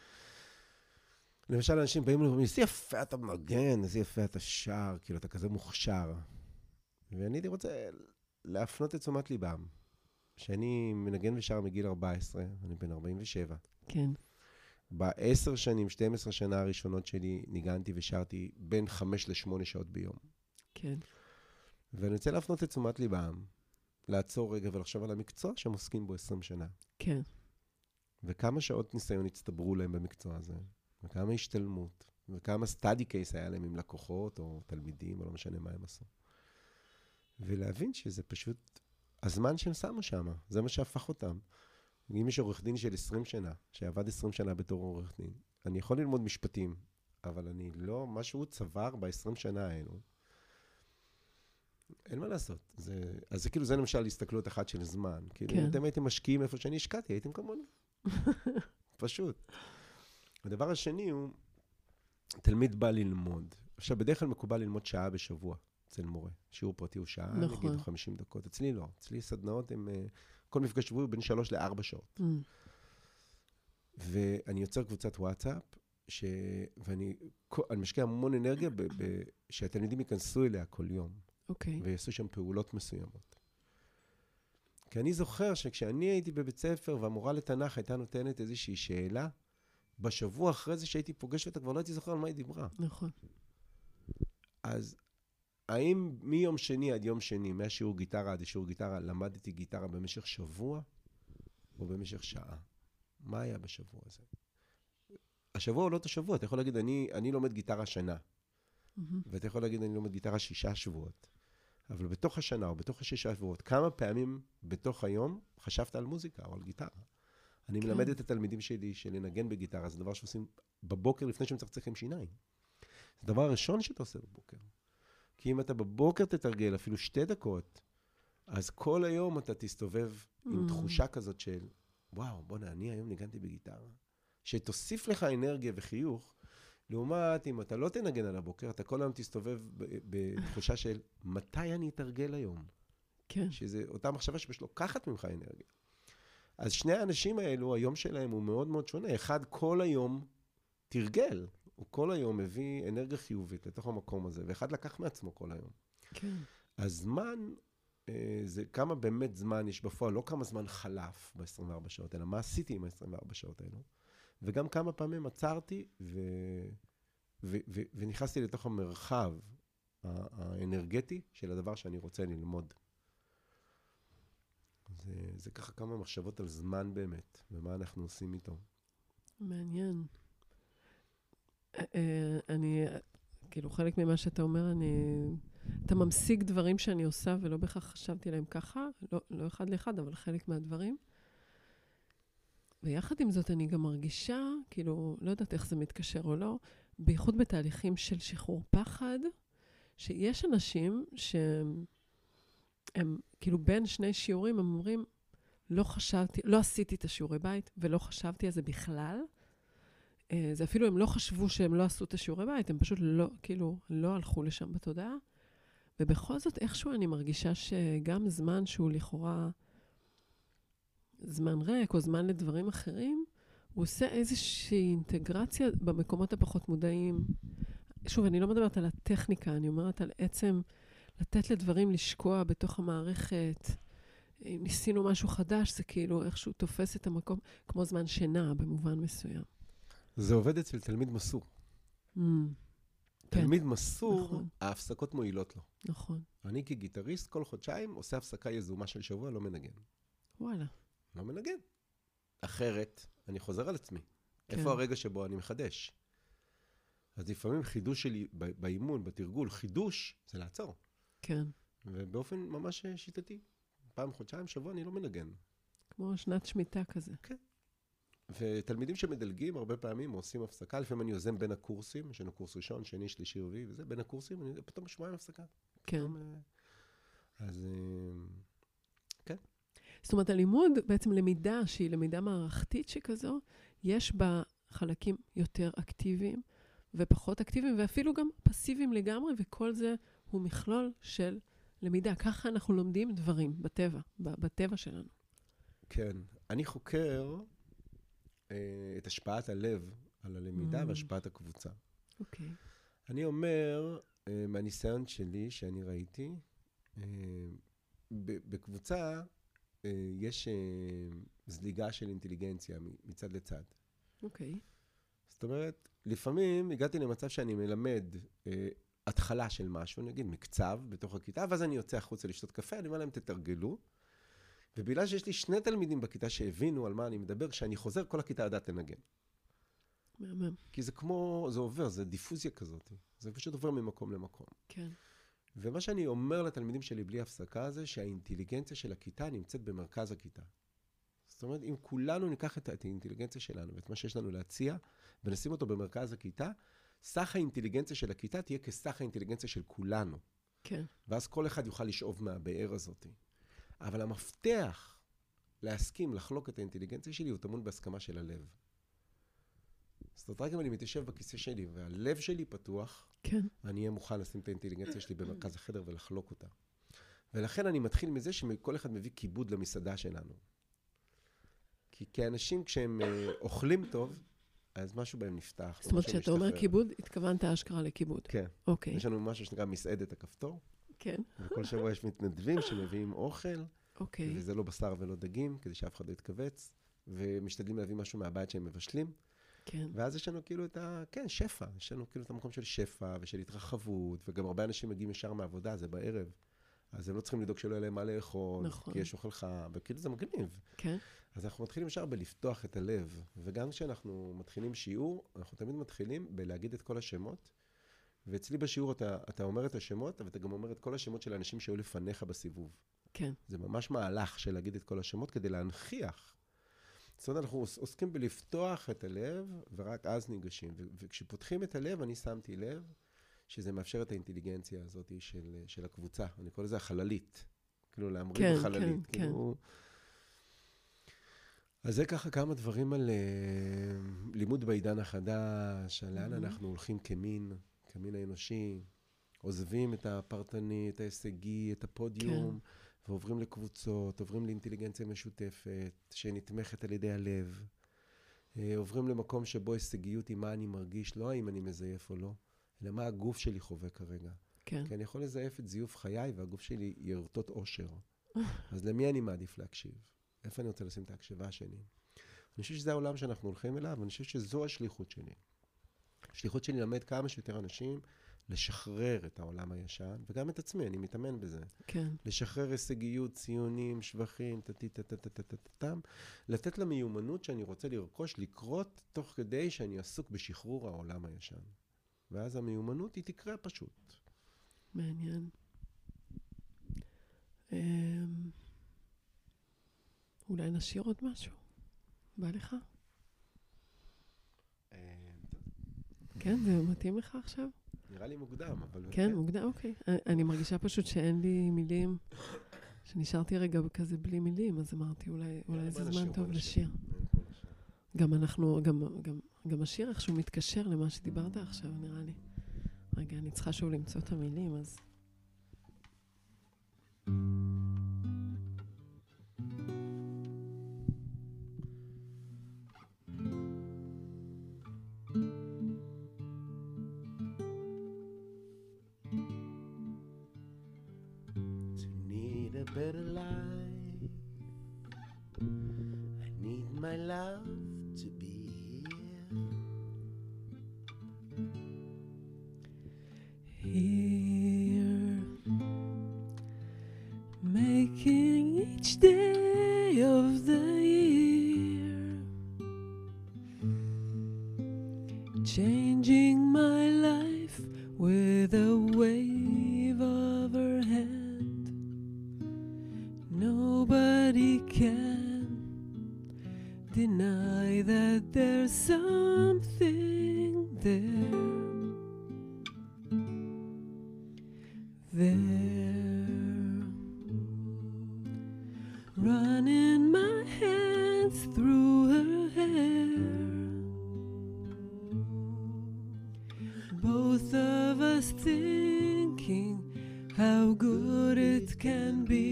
למשל, אנשים באים ואומרים, איזה יפה אתה מנגן, איזה יפה אתה שר, כאילו אתה כזה מוכשר. ואני הייתי רוצה להפנות את תשומת ליבם, שאני מנגן ושר מגיל 14, אני בן 47. כן. ב10 שנים, 12 שנה הראשונות שלי, ניגנתי ושרתי בין 5 ל-8 שעות ביום. כן. ואני רוצה להפנות את תשומת ליבם, לעצור רגע ולחשוב על המקצוע שהם עוסקים בו 20 שנה. כן. וכמה שעות ניסיון הצטברו להם במקצוע הזה, וכמה השתלמות, וכמה study case היה להם עם לקוחות, או תלמידים, או לא משנה מה הם עשו. ולהבין שזה פשוט הזמן שהם שמו שם, זה מה שהפך אותם. אם יש עורך דין של 20 שנה, שעבד 20 שנה בתור עורך דין, אני יכול ללמוד משפטים, אבל אני לא, מה שהוא צבר ב-20 שנה האלו, אין מה לעשות. אז זה כאילו, זה למשל הסתכלות אחת של זמן. כאילו, אם אתם הייתם משקיעים איפה שאני השקעתי, הייתם כמוני. פשוט. הדבר השני הוא, תלמיד בא ללמוד. עכשיו, בדרך כלל מקובל ללמוד שעה בשבוע אצל מורה. שיעור פרטי הוא שעה, נגיד 50 דקות. אצלי לא. אצלי סדנאות הם, כל מפגש שבועי הוא בין 3 ל-4 שעות. ואני יוצר קבוצת וואטסאפ, ואני משקיע המון אנרגיה שהתלמידים ייכנסו אליה כל יום. ויעשו שם פעולות מסוימות. כי אני זוכר שכשאני הייתי בבית ספר והמורה לתנ"ך הייתה נותנת איזושהי שאלה, בשבוע אחרי זה שהייתי פוגש אותה, כבר לא הייתי זוכר על מה היא דיברה. נכון. אז האם מיום שני עד יום שני, מהשיעור גיטרה עד שיעור גיטרה, למדתי גיטרה במשך שבוע או במשך שעה? מה היה בשבוע הזה? השבוע הוא לא אותו שבוע. אתה יכול להגיד, אני לומד גיטרה שנה. ואתה יכול להגיד, אני לומד גיטרה 6 שבועות. אבל בתוך השנה או בתוך 6 שבועות, כמה פעמים בתוך היום חשבת על מוזיקה או על גיטרה? אני מלמד את התלמידים שלי שלנגן בגיטרה, זה דבר שעושים בבוקר לפני שהם צריכים שיניים. זה הדבר הראשון שאתה עושה בבוקר. כי אם אתה בבוקר תתרגל אפילו 2 דקות, אז כל היום אתה תסתובב עם תחושה כזאת של, וואו, בוא'נה, אני היום ניגנתי בגיטרה. שתוסיף לך אנרגיה וחיוך, לעומת אם אתה לא תנגן על הבוקר, אתה כל היום תסתובב בתחושה של, מתי אני אתרגל היום? כן. שזה אותה מחשבה שפשוט לוקחת ממך אנרגיה. אז שני האנשים האלו, היום שלהם הוא מאוד מאוד שונה. אחד כל היום תרגל, הוא כל היום מביא אנרגיה חיובית לתוך המקום הזה, ואחד לקח מעצמו כל היום. כן. הזמן, זה כמה באמת זמן יש בפועל, לא כמה זמן חלף ב-24 שעות, אלא מה עשיתי עם ה-24 שעות האלו. וגם כמה פעמים עצרתי ונכנסתי לתוך המרחב האנרגטי של הדבר שאני רוצה ללמוד. זה ככה כמה מחשבות על זמן באמת, ומה אנחנו עושים איתו. מעניין. אני, כאילו חלק ממה שאתה אומר, אתה ממשיג דברים שאני עושה, ולא בכך חשבתי עליהם ככה, לא אחד לאחד, אבל חלק מהדברים. ויחד עם זאת אני גם מרגישה, כאילו, לא יודעת איך זה מתקשר או לא, בייחוד בתהליכים של שחרור פחד, שיש אנשים שהם כאילו בין שני שיעורים, הם אומרים, לא עשיתי את השיעורי בית, ולא חשבתי על זה בכלל. זה אפילו הם לא חשבו שהם לא עשו את השיעורי בית, הם פשוט לא, כאילו, לא הלכו לשם בתודעה. ובכל זאת, איכשהו אני מרגישה שגם זמן שהוא לכאורה זמן ריק או זמן לדברים אחרים, הוא עושה איזושהי אינטגרציה במקומות הפחות מודעים. שוב, אני לא מדברת על הטכניקה, אני אומרת על עצם לתת לדברים לשקוע בתוך המערכת. אם ניסינו משהו חדש, זה כאילו איכשהו תופס את המקום, כמו זמן שינה במובן מסוים. זה עובד אצל תלמיד מסור. תלמיד מסור, נכון. ההפסקות מועילות לו. נכון. אני כגיטריסט כל חודשיים עושה הפסקה יזומה של שבוע, לא מנגן. וואלה. לא מנגן. אחרת, אני חוזר על עצמי. כן. איפה הרגע שבו אני מחדש? אז לפעמים חידוש שלי באימון, בתרגול, חידוש זה לעצור. כן. ובאופן ממש שיטתי. פעם, חודשיים, שבוע אני לא מנגן. כמו שנת שמיטה כזה. כן. ותלמידים שמדלגים הרבה פעמים עושים הפסקה, לפעמים אני יוזם בין הקורסים, יש לנו קורס ראשון, שני, שלישי, רביעי, וזה, בין הקורסים, אני פתאום שבועיים הפסקה. כן. אז כן. זאת אומרת, הלימוד, בעצם למידה שהיא למידה מערכתית שכזו, יש בה חלקים יותר אקטיביים ופחות אקטיביים, ואפילו גם פסיביים לגמרי, וכל זה הוא מכלול של למידה. ככה אנחנו לומדים דברים בטבע, בטבע שלנו. כן. אני חוקר את השפעת הלב על הלמידה והשפעת הקבוצה. אוקיי. אני אומר, מהניסיון שלי, שאני ראיתי, בקבוצה יש זליגה של אינטליגנציה מצד לצד. אוקיי. זאת אומרת, לפעמים הגעתי למצב שאני מלמד התחלה של משהו, נגיד מקצב בתוך הכיתה, ואז אני יוצא החוצה לשתות קפה, אני אומר להם, תתרגלו. ובגלל שיש לי 2 תלמידים בכיתה שהבינו על מה אני מדבר, כשאני חוזר, כל הכיתה יודעת לנגן. מהמם. כי זה כמו, זה עובר, זה דיפוזיה כזאת. זה פשוט עובר ממקום למקום. כן. ומה שאני אומר לתלמידים שלי בלי הפסקה זה שהאינטליגנציה של הכיתה נמצאת במרכז הכיתה. זאת אומרת, אם כולנו ניקח את האינטליגנציה שלנו ואת מה שיש לנו להציע, ונשים אותו במרכז הכיתה, סך האינטליגנציה של הכיתה תהיה כסך האינטליגנציה של כולנו. כן. ואז כל אחד יוכל לשאוב מהבאר הזאת. אבל המפתח להסכים, לחלוק את האינטליגנציה שלי, הוא טמון בהסכמה של הלב. זאת אומרת, רק אם אני מתיישב בכיסא שלי, והלב שלי פתוח, כן. אני אהיה מוכן לשים את האינטליגנציה שלי במרכז החדר ולחלוק אותה. ולכן אני מתחיל מזה שכל אחד מביא כיבוד למסעדה שלנו. כי כאנשים, כשהם אוכלים טוב, אז משהו בהם נפתח. זאת אומרת, כשאתה אומר כיבוד, התכוונת אשכרה לכיבוד. כן. אוקיי. יש לנו משהו שנקרא מסעדת הכפתור. כן. וכל שבוע יש מתנדבים שמביאים אוכל. אוקיי. וזה לא בשר ולא דגים, כדי שאף אחד לא יתכווץ. ומשתדלים להביא משהו מהבית שהם מבשלים. כן. ואז יש לנו כאילו כן, שפע. יש לנו כאילו את המקום של שפע ושל התרחבות, וגם הרבה אנשים מגיעים ישר מהעבודה, זה בערב. אז הם לא צריכים לדאוג שלא יהיה להם מה לאכול, נכון. כי יש אוכל חם, וכאילו זה מגניב. כן. אז אנחנו מתחילים ישר בלפתוח את הלב, וגם כשאנחנו מתחילים שיעור, אנחנו תמיד מתחילים בלהגיד את כל השמות, ואצלי בשיעור אתה אומר את השמות, אבל אתה גם אומר את כל השמות של האנשים שהיו לפניך בסיבוב. כן. זה ממש מהלך של להגיד את כל השמות כדי להנכיח. זאת אומרת, אנחנו עוסקים בלפתוח את הלב, ורק אז ניגשים. וכשפותחים את הלב, אני שמתי לב שזה מאפשר את האינטליגנציה הזאת של הקבוצה. אני קורא לזה החללית. כאילו, להמריא בחללית. כן, כאילו... אז זה ככה כמה דברים על לימוד בעידן החדש, על לאן אנחנו הולכים כמין האנושי, עוזבים את הפרטני, את ההישגי, את הפודיום, ועוברים לקבוצות, עוברים לאינטליגנציה משותפת, שנתמכת על ידי הלב, עוברים למקום שבו הישגיות היא מה אני מרגיש, לא האם אני מזייף או לא, אלא מה הגוף שלי חווה כרגע. כן. כי אני יכול לזייף את זיוף חיי, והגוף שלי ירטוט אושר. אז למי אני מעדיף להקשיב? איפה אני רוצה לשים את ההקשבה שלי? אני חושב שזה העולם שאנחנו הולכים אליו, ואני חושב שזו השליחות שלי. השליחות שלי ללמד כמה שיותר אנשים לשחרר את העולם הישן, וגם את עצמי, אני מתאמן בזה. כן. לשחרר הישגיות, ציונים, שבחים, לתת למיומנות שאני רוצה לרכוש, לקרות תוך כדי שאני עסוק בשחרור העולם הישן. ואז המיומנות היא תקרה פשוט. מעניין. אולי נשאיר עוד משהו? בא לך? כן, זה מתאים לך עכשיו? נראה לי מוקדם, אבל... כן, מוקדם, אוקיי. אני מרגישה פשוט שאין לי מילים, שנשארתי רגע כזה בלי מילים, אז אמרתי, אולי זה זמן טוב לשיר. גם השיר איכשהו מתקשר למה שדיברת עכשיו, נראה לי. רגע, אני צריכה שוב למצוא את המילים, אז... better life. I need my love to be here, making each day of the year, changing my life with a wave of her hand. Nobody can deny that there's something there. Running my hands through her hair. Both of us thinking how good it can be.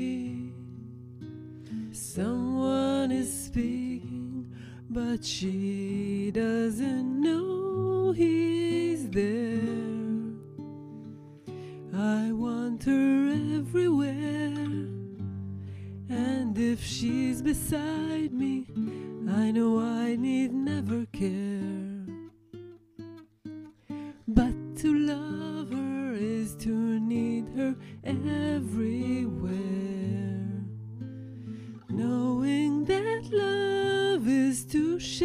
Someone is speaking, but she doesn't know he's there. I want her everywhere, and if she's beside me, I know I need never care. everywhere. Knowing that love is to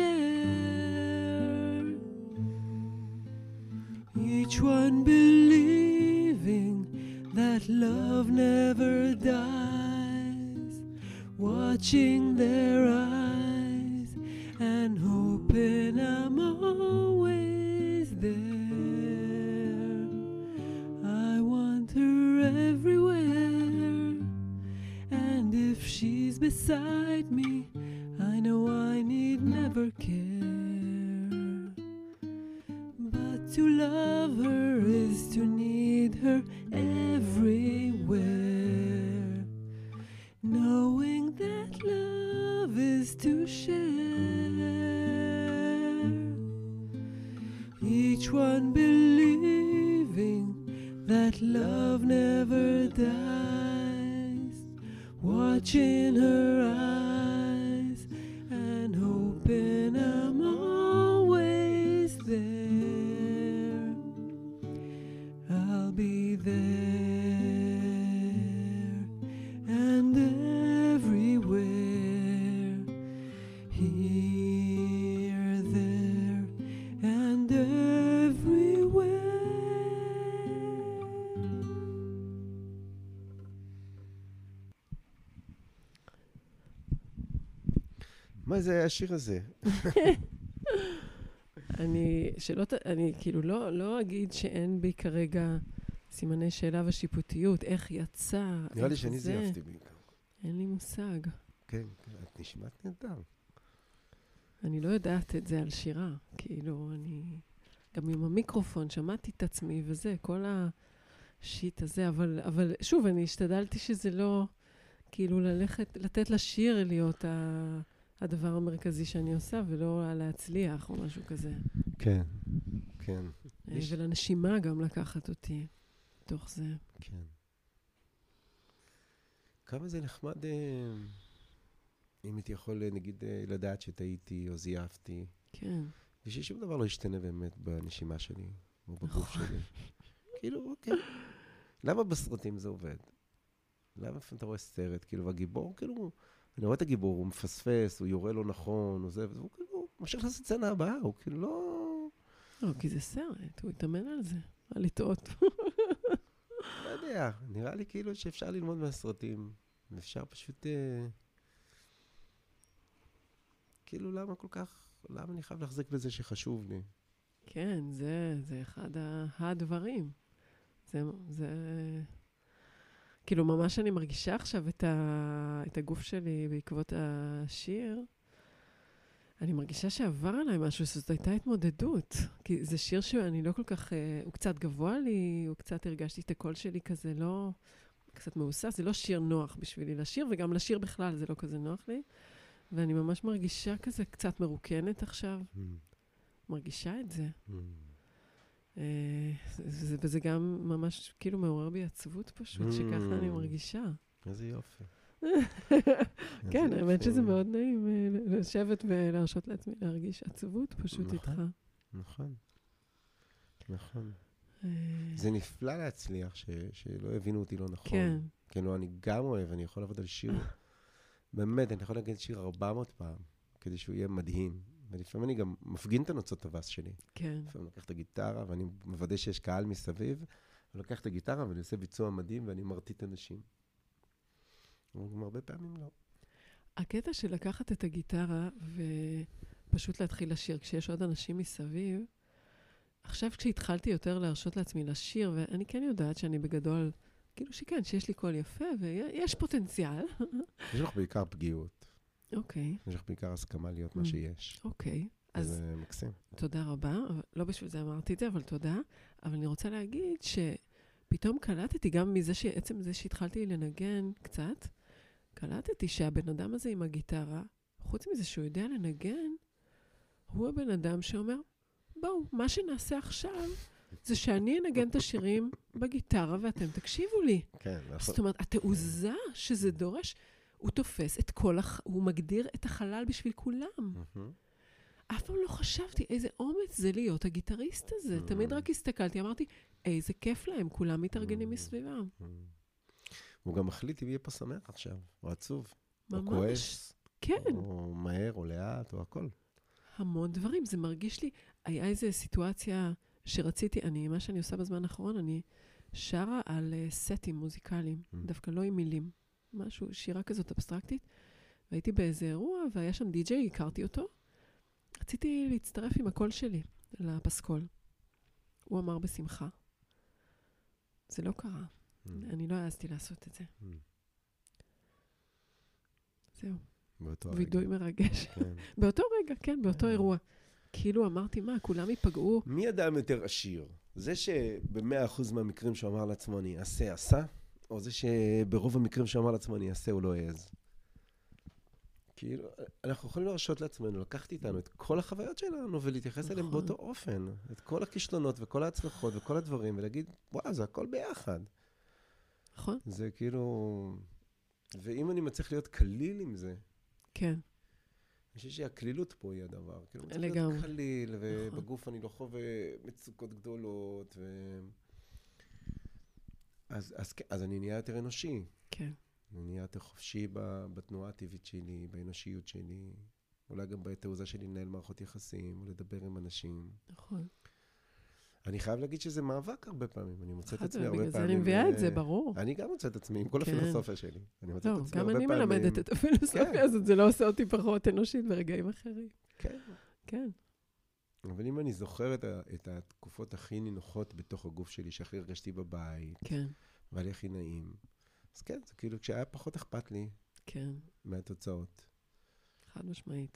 share. Each one believing that love never dies. Watching their eyes and hoping I'm always there. I want her everywhere, and if she's beside me, I know I need never care. But to love her is to need her everywhere. Knowing that love is to share. Each one believing that love never dies. Watching her eyes and hoping I'm always there. I'll be there and everywhere. Here, there, and everywhere. מה זה השיר הזה? אני כאילו לא אגיד שאין בי כרגע סימני שאלה ושיפוטיות, איך יצא, נראה לי שאני זייפתי בעיקר. אין לי מושג. כן, את נשמעת נהדר. אני לא יודעת את זה על שירה, כאילו אני גם עם המיקרופון שמעתי את עצמי וזה, כל השיט הזה, אבל שוב, אני השתדלתי שזה לא, כאילו לתת לשיר להיות הדבר המרכזי שאני עושה, ולא להצליח או משהו כזה. כן, כן. ולנשימה גם לקחת אותי תוך זה. כן. כמה זה נחמד, אם הייתי יכול, נגיד, לדעת שטעיתי או זייפתי. כן. וששום דבר לא ישתנה באמת בנשימה שלי, או בגוף שלי. כאילו, אוקיי. למה בסרטים זה עובד? למה אתה רואה סרט, כאילו, והגיבור, כאילו, אני רואה את הגיבור, הוא מפספס, הוא יורה לא נכון, הוא זה, והוא כאילו, ממשיך לעשות סצנה הבאה, הוא כאילו לא... לא, כי זה סרט, הוא יתאמן על זה, על לטעות. לא יודע, נראה לי כאילו שאפשר ללמוד מהסרטים, ואפשר פשוט... כאילו, למה כל כך... למה אני חייב להחזק בזה שחשוב לי? כן, זה אחד הדברים. זה... כאילו, ממש אני מרגישה עכשיו את הגוף שלי בעקבות השיר. אני מרגישה שעבר עליי משהו, זאת הייתה התמודדות. כי זה שיר שאני לא כל כך... הוא קצת גבוה לי, הוא קצת הרגשתי את הקול שלי כזה לא... קצת מאוסס, זה לא שיר נוח בשבילי לשיר, וגם לשיר בכלל זה לא כזה נוח לי. ואני ממש מרגישה כזה קצת מרוקנת עכשיו. מרגישה את זה. וזה גם ממש כאילו מעורר בי עצבות פשוט, שככה אני מרגישה. איזה יופי. כן, האמת שזה מאוד נעים לשבת ולהרשות לעצמי להרגיש עצבות פשוט איתך. נכון. נכון. זה נפלא להצליח שלא הבינו אותי לא נכון. כן. כן, אני גם אוהב, אני יכול לעבוד על שיר. באמת, אני יכול להגיד שיר 400 פעם, כדי שהוא יהיה מדהים. ולפעמים אני גם מפגין את הנוצות הווס שלי. כן. לפעמים לוקח את הגיטרה, ואני מוודא שיש קהל מסביב, אני לוקח את הגיטרה ואני עושה ביצוע מדהים, ואני מרטיט אנשים. אבל הרבה פעמים לא. הקטע של לקחת את הגיטרה ופשוט להתחיל לשיר, כשיש עוד אנשים מסביב, עכשיו כשהתחלתי יותר להרשות לעצמי לשיר, ואני כן יודעת שאני בגדול, כאילו שכן, שיש לי קול יפה, ויש פוטנציאל. יש לך בעיקר פגיעות. אוקיי. יש לך בעיקר הסכמה להיות מה שיש. אוקיי. אז מקסים. תודה רבה. לא בשביל זה אמרתי את זה, אבל תודה. אבל אני רוצה להגיד שפתאום קלטתי גם מזה שעצם זה שהתחלתי לנגן קצת, קלטתי שהבן אדם הזה עם הגיטרה, חוץ מזה שהוא יודע לנגן, הוא הבן אדם שאומר, בואו, מה שנעשה עכשיו, זה שאני אנגן את השירים בגיטרה ואתם תקשיבו לי. כן, נכון. זאת אומרת, התעוזה שזה דורש, הוא תופס את כל, הוא מגדיר את החלל בשביל כולם. אף פעם לא חשבתי איזה אומץ זה להיות הגיטריסט הזה. תמיד רק הסתכלתי, אמרתי, איזה כיף להם, כולם מתארגנים מסביבם. הוא גם מחליט אם יהיה פה שמח עכשיו, או עצוב, ממש. או כועס, כן. או מהר, או לאט, או הכל. המון דברים, זה מרגיש לי, היה איזו סיטואציה שרציתי, מה שאני עושה בזמן האחרון, אני שרה על סטים מוזיקליים, דווקא לא עם מילים, משהו, שירה כזאת אבסטרקטית, והייתי באיזה אירוע, והיה שם די-ג'יי, הכרתי אותו, רציתי להצטרף עם הקול שלי לפסקול. הוא אמר בשמחה. זה לא קרה. אני לא העזתי לעשות את זה. זהו. וידוי מרגש. באותו רגע, כן, באותו אירוע. כאילו אמרתי, מה, כולם ייפגעו. מי אדם יותר עשיר? זה שב-100% מהמקרים שהוא אמר לעצמו אני אעשה, עשה? או זה שברוב המקרים שהוא אמר לעצמו אני אעשה, הוא לא יעז? כאילו, אנחנו יכולים לרשות לעצמנו, לקחת איתנו את כל החוויות שלנו ולהתייחס אליהם באותו אופן. את כל הכישלונות וכל ההצלחות וכל הדברים, ולהגיד, וואו, זה הכל ביחד. נכון. זה כאילו... ואם אני מצליח להיות קליל עם זה, כן. אני חושב שהקלילות פה היא הדבר. כאילו, אני צריך לגמרי. להיות קליל, ובגוף אני לא חווה מצוקות גדולות, אז אני נהיה יותר אנושי. כן. אני נהיה יותר חופשי בתנועה הטבעית שלי, באנושיות שלי, אולי גם בתעוזה שלי לנהל מערכות יחסים, או לדבר עם אנשים. נכון. אני חייב להגיד שזה מאבק הרבה פעמים. אני מוצא את עצמי הרבה פעמים. בגלל זה אני מביאה את זה, ברור. אני גם מוצא את עצמי עם כל הפילוסופיה שלי. אני מוצא את עצמי גם הרבה אני פעמים. מלמדת את הפילוסופיה הזאת, זה לא עושה אותי פחות אנושית ברגעים אחרים. כן. כן. אבל אם אני זוכר את התקופות הכי נינוחות בתוך הגוף שלי, שהכי הרגשתי בבית, כן. והיה לי הכי נעים, אז כן, זה כאילו כשהיה פחות אכפת לי מהתוצאות. חד משמעית.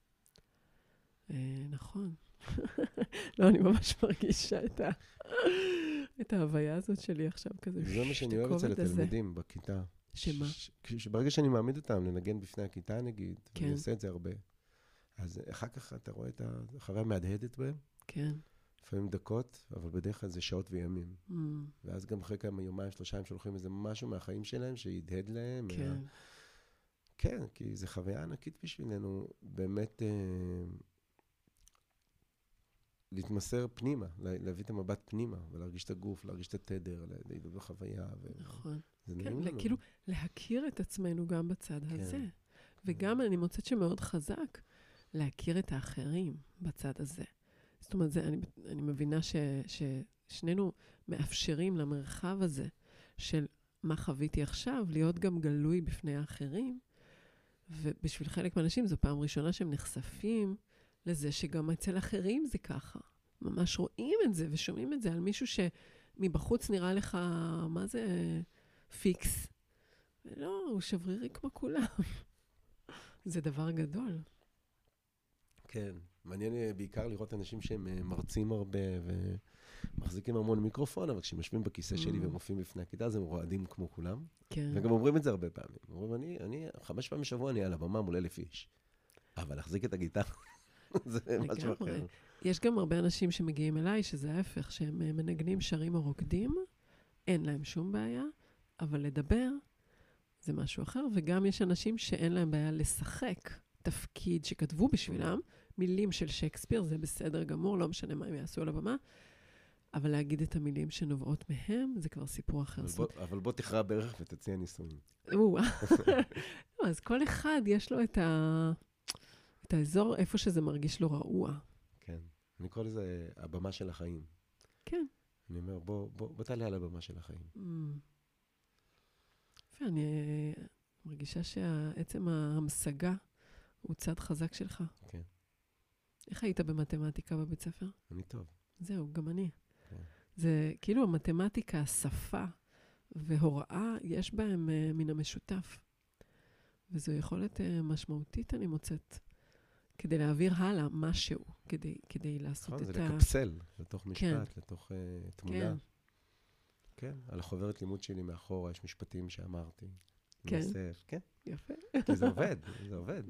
נכון. לא, אני ממש מרגישה את ההוויה הזאת שלי עכשיו כזה. זה מה שאני אוהב אצל התלמידים בכיתה. שמה? שברגע שאני מעמיד אותם לנגן בפני הכיתה, נגיד, ואני עושה את זה הרבה, אז אחר כך אתה רואה את החוויה מהדהדת בהם. כן. לפעמים דקות, אבל בדרך כלל זה שעות וימים. ואז גם אחרי כמה יומיים, 3 ימים שולחים איזה משהו מהחיים שלהם שידהד להם. כן. כן, כי זו חוויה ענקית בשבילנו, באמת להתמסר פנימה, להביא את המבט פנימה, ולהרגיש את הגוף, להרגיש את התדר, להידוד בחוויה. נכון. זה נעים לנו. כאילו, להכיר את עצמנו גם בצד הזה. וגם אני מוצאת שמאוד חזק להכיר את האחרים בצד הזה. זאת אומרת, אני מבינה ששנינו מאפשרים למרחב הזה של מה חוויתי עכשיו, להיות גם גלוי בפני האחרים, ובשביל חלק מהאנשים זו פעם ראשונה שהם נחשפים לזה שגם אצל אחרים זה ככה. ממש רואים את זה ושומעים את זה על מישהו שמבחוץ נראה לך, מה זה פיקס? ולא, הוא שברירי כמו כולם. זה דבר גדול. כן, מעניין בעיקר לראות אנשים שהם מרצים הרבה ומחזיקים המון מיקרופון, אבל כשהם יושבים בכיסא שלי ומופיעים בפני הכיתה, אז הם רועדים כמו כולם. כן. וגם אומרים את זה הרבה פעמים. אומרים, אני 5 פעמים בשבוע אני על הבמה מול 1,000 איש. אבל להחזיק את הגיטרה, זה משהו אחר. יש גם הרבה אנשים שמגיעים אליי, שזה ההפך, שהם מנגנים, שרים או רוקדים, אין להם שום בעיה, אבל לדבר זה משהו אחר, וגם יש אנשים שאין להם בעיה לשחק תפקיד שכתבו בשבילם, מילים של שייקספיר, זה בסדר גמור, לא משנה מה הם יעשו על הבמה, אבל להגיד את המילים שנובעות מהם, זה כבר סיפור אחר. אבל בוא תכרע בערך ותציע ניסויים. אז כל אחד יש לו את האזור איפה שזה מרגיש לו רעוע. כן, אני קורא לזה הבמה של החיים. כן. אני אומר, בוא תעלה על הבמה של החיים. ואני מרגישה שעצם ההמשגה הוא צד חזק שלך. כן. איך היית במתמטיקה בבית ספר? אני טוב. זהו, גם אני. כן. זה כאילו המתמטיקה, השפה והוראה, יש בהם מן המשותף. וזו יכולת משמעותית, אני מוצאת, כדי להעביר הלאה משהו, כדי לעשות את זה לקפסל, לתוך משפט, לתוך תמונה. כן, על החוברת לימוד שלי מאחורה, יש משפטים שאמרתי. כן. כן. יפה. כי זה עובד, זה עובד.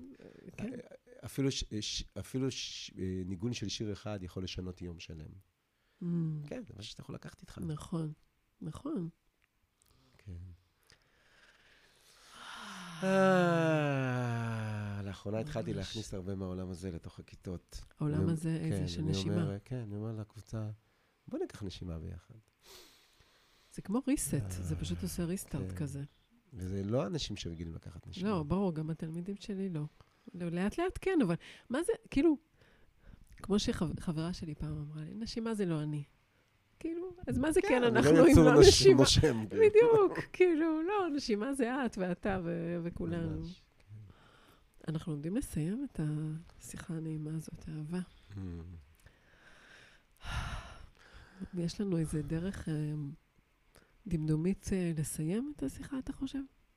אפילו ניגון של שיר אחד יכול לשנות יום שלם. כן, זה משהו שאתה יכול לקחת איתך. נכון, נכון. כן. לאחרונה התחלתי להכניס הרבה מהעולם הזה לתוך הכיתות. העולם הזה, איזה של נשימה. כן, אני אומר לקבוצה, בוא ניקח נשימה ביחד. זה כמו ריסט, זה פשוט עושה ריסטארט כזה. וזה לא אנשים שרגילים לקחת נשימה. לא, ברור, גם התלמידים שלי לא. לאט לאט כן, אבל מה זה, כאילו, כמו שחברה שלי פעם אמרה לי, נשימה זה לא אני. כאילו, אז מה זה כן, אנחנו עם לא נשימה. בדיוק, כאילו, לא, נשימה זה את ואתה וכולנו. אנחנו עומדים לסיים את השיחה הנעימה הזאת, אהבה. יש לנו איזה דרך דמדומית לסיים את השיחה, אתה חושב?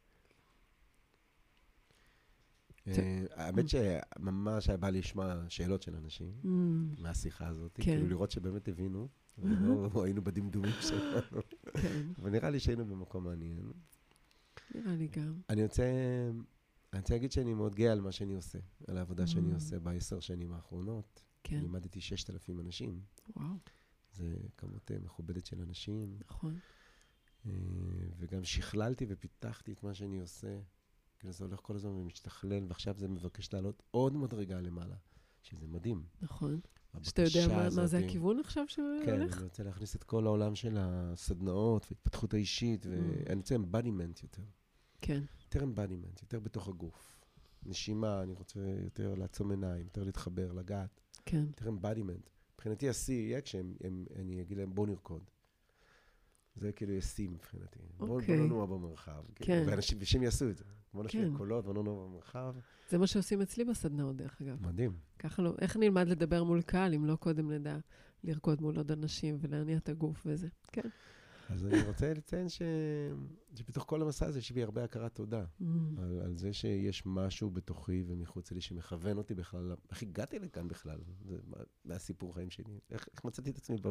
האמת שממש היה בא לשמוע שאלות של אנשים מהשיחה הזאת, כאילו לראות שבאמת הבינו, ולא היינו בדמדומים שלנו. אבל נראה לי שהיינו במקום מעניין. נראה לי גם. אני רוצה להגיד שאני מאוד גאה על מה שאני עושה, על העבודה שאני עושה ב10 שנים האחרונות. אני לימדתי 6,000 אנשים. וואו. זה כמות מכובדת של אנשים. נכון. וגם שכללתי ופיתחתי את מה שאני עושה. כאילו זה הולך כל הזמן ומשתכלל, ועכשיו זה מבקש לעלות עוד מדרגה למעלה, שזה מדהים. נכון. שאתה יודע מה זה הכיוון עכשיו שהולך? כן, אני רוצה להכניס את כל העולם של הסדנאות והתפתחות האישית, ואני רוצה אמבדימנט יותר. כן. יותר אמבדימנט, יותר בתוך הגוף. נשימה, אני רוצה יותר לעצום עיניים, יותר להתחבר, לגעת. כן. יותר אמבדימנט. מבחינתי השיא יהיה כשאני אגיד להם בוא נרקוד. זה כאילו ישים מבחינתי. בוא ננוע במרחב. ואנשים יעשו את זה. בוא נשמיע קולות, בוא ננוע במרחב. זה מה שעושים אצלי בסדנאות, דרך אגב. מדהים. ככה לא, איך נלמד לדבר מול קהל, אם לא קודם נדע לרקוד מול עוד אנשים ולהניע את הגוף וזה. כן. אז אני רוצה לציין שבתוך כל המסע הזה יש בי הרבה הכרת תודה. על זה שיש משהו בתוכי ומחוץ לי שמכוון אותי בכלל. איך הגעתי לכאן בכלל? זה מהסיפור חיים שלי. איך מצאתי את עצמי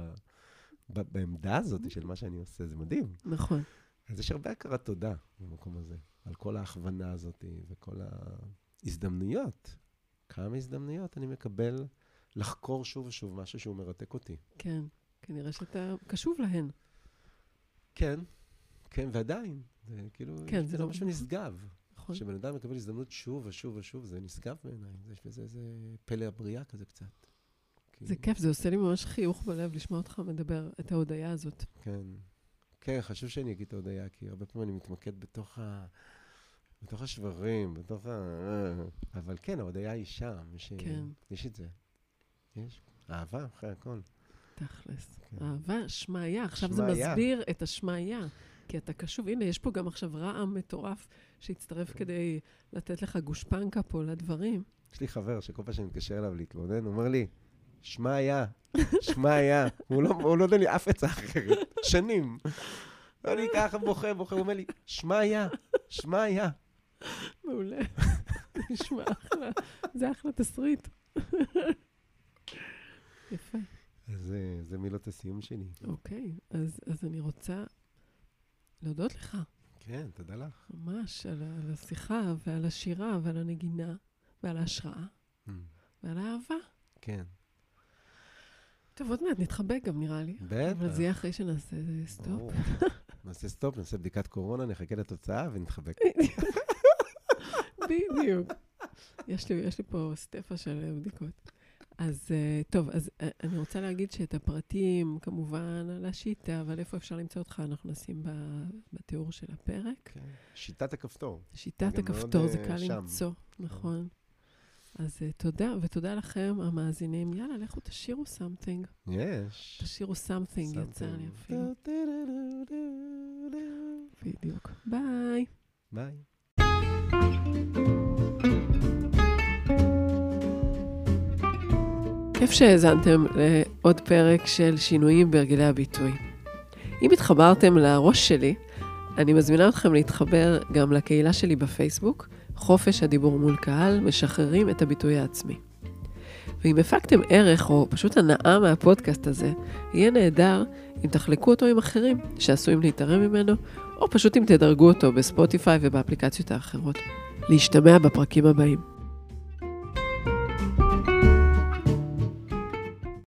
בעמדה הזאת של מה שאני עושה, זה מדהים. נכון. אז יש הרבה הכרת תודה במקום הזה, על כל ההכוונה הזאת וכל ההזדמנויות. כמה הזדמנויות אני מקבל לחקור שוב ושוב משהו שהוא מרתק אותי. כן, כנראה שאתה קשוב להן. כן, כן, ועדיין. זה כאילו, כן, זה לא משהו נשגב. נכון. כשבן אדם מקבל הזדמנות שוב ושוב ושוב, זה נשגב בעיניי. יש בזה איזה פלא הבריאה כזה קצת. זה כיף, זה עושה לי ממש חיוך בלב לשמוע אותך מדבר את ההודעה הזאת. כן. כן, חשוב שאני אגיד את ההודעה, כי הרבה פעמים אני מתמקד בתוך השברים, אבל כן, ההודעה היא שם. יש את זה. יש. אהבה, אחרי הכל. תכלס. אהבה, שמעיה. עכשיו זה מסביר את השמעיה. כי אתה קשוב. הנה, יש פה גם עכשיו רעם מטורף שהצטרף כדי לתת לך גושפנקה פה לדברים. יש לי חבר שכל פעם שאני מתקשר אליו להתלונן, הוא אומר לי, שמעיה. הוא לא נותן לי אף עצה אחרת. שנים. אני ככה בוכה, הוא אומר לי, שמעיה. מעולה. נשמע אחלה. זה אחלה תסריט. יפה. אז זה מילות הסיום שלי. אוקיי, אז אני רוצה להודות לך. כן, תודה לך. ממש, על השיחה ועל השירה ועל הנגינה ועל ההשראה ועל האהבה. כן. טוב, עוד מעט נתחבק גם נראה לי. בטח. אבל זה יהיה אחרי שנעשה סטופ. נעשה סטופ, נעשה בדיקת קורונה, נחכה לתוצאה ונתחבק. בדיוק. יש לי פה סטפה של בדיקות. אז טוב, אז אני רוצה להגיד שאת הפרטים, כמובן, על השיטה, אבל איפה אפשר למצוא אותך, אנחנו נשים בתיאור של הפרק. שיטת הכפתור. שיטת הכפתור, זה קל למצוא, נכון. אז תודה, ותודה לכם, המאזינים. יאללה, לכו תשירו something. יש. תשירו something, יצא לי אפילו. בדיוק. ביי. ביי. כיף שהאזנתם לעוד פרק של שינויים בהרגלי הביטוי. אם התחברתם לראש שלי, אני מזמינה אתכם להתחבר גם לקהילה שלי בפייסבוק, חופש הדיבור מול קהל, משחררים את הביטוי העצמי. ואם הפקתם ערך או פשוט הנאה מהפודקאסט הזה, יהיה נהדר אם תחלקו אותו עם אחרים שעשויים להתערם ממנו, או פשוט אם תדרגו אותו בספוטיפיי ובאפליקציות האחרות. להשתמע בפרקים הבאים.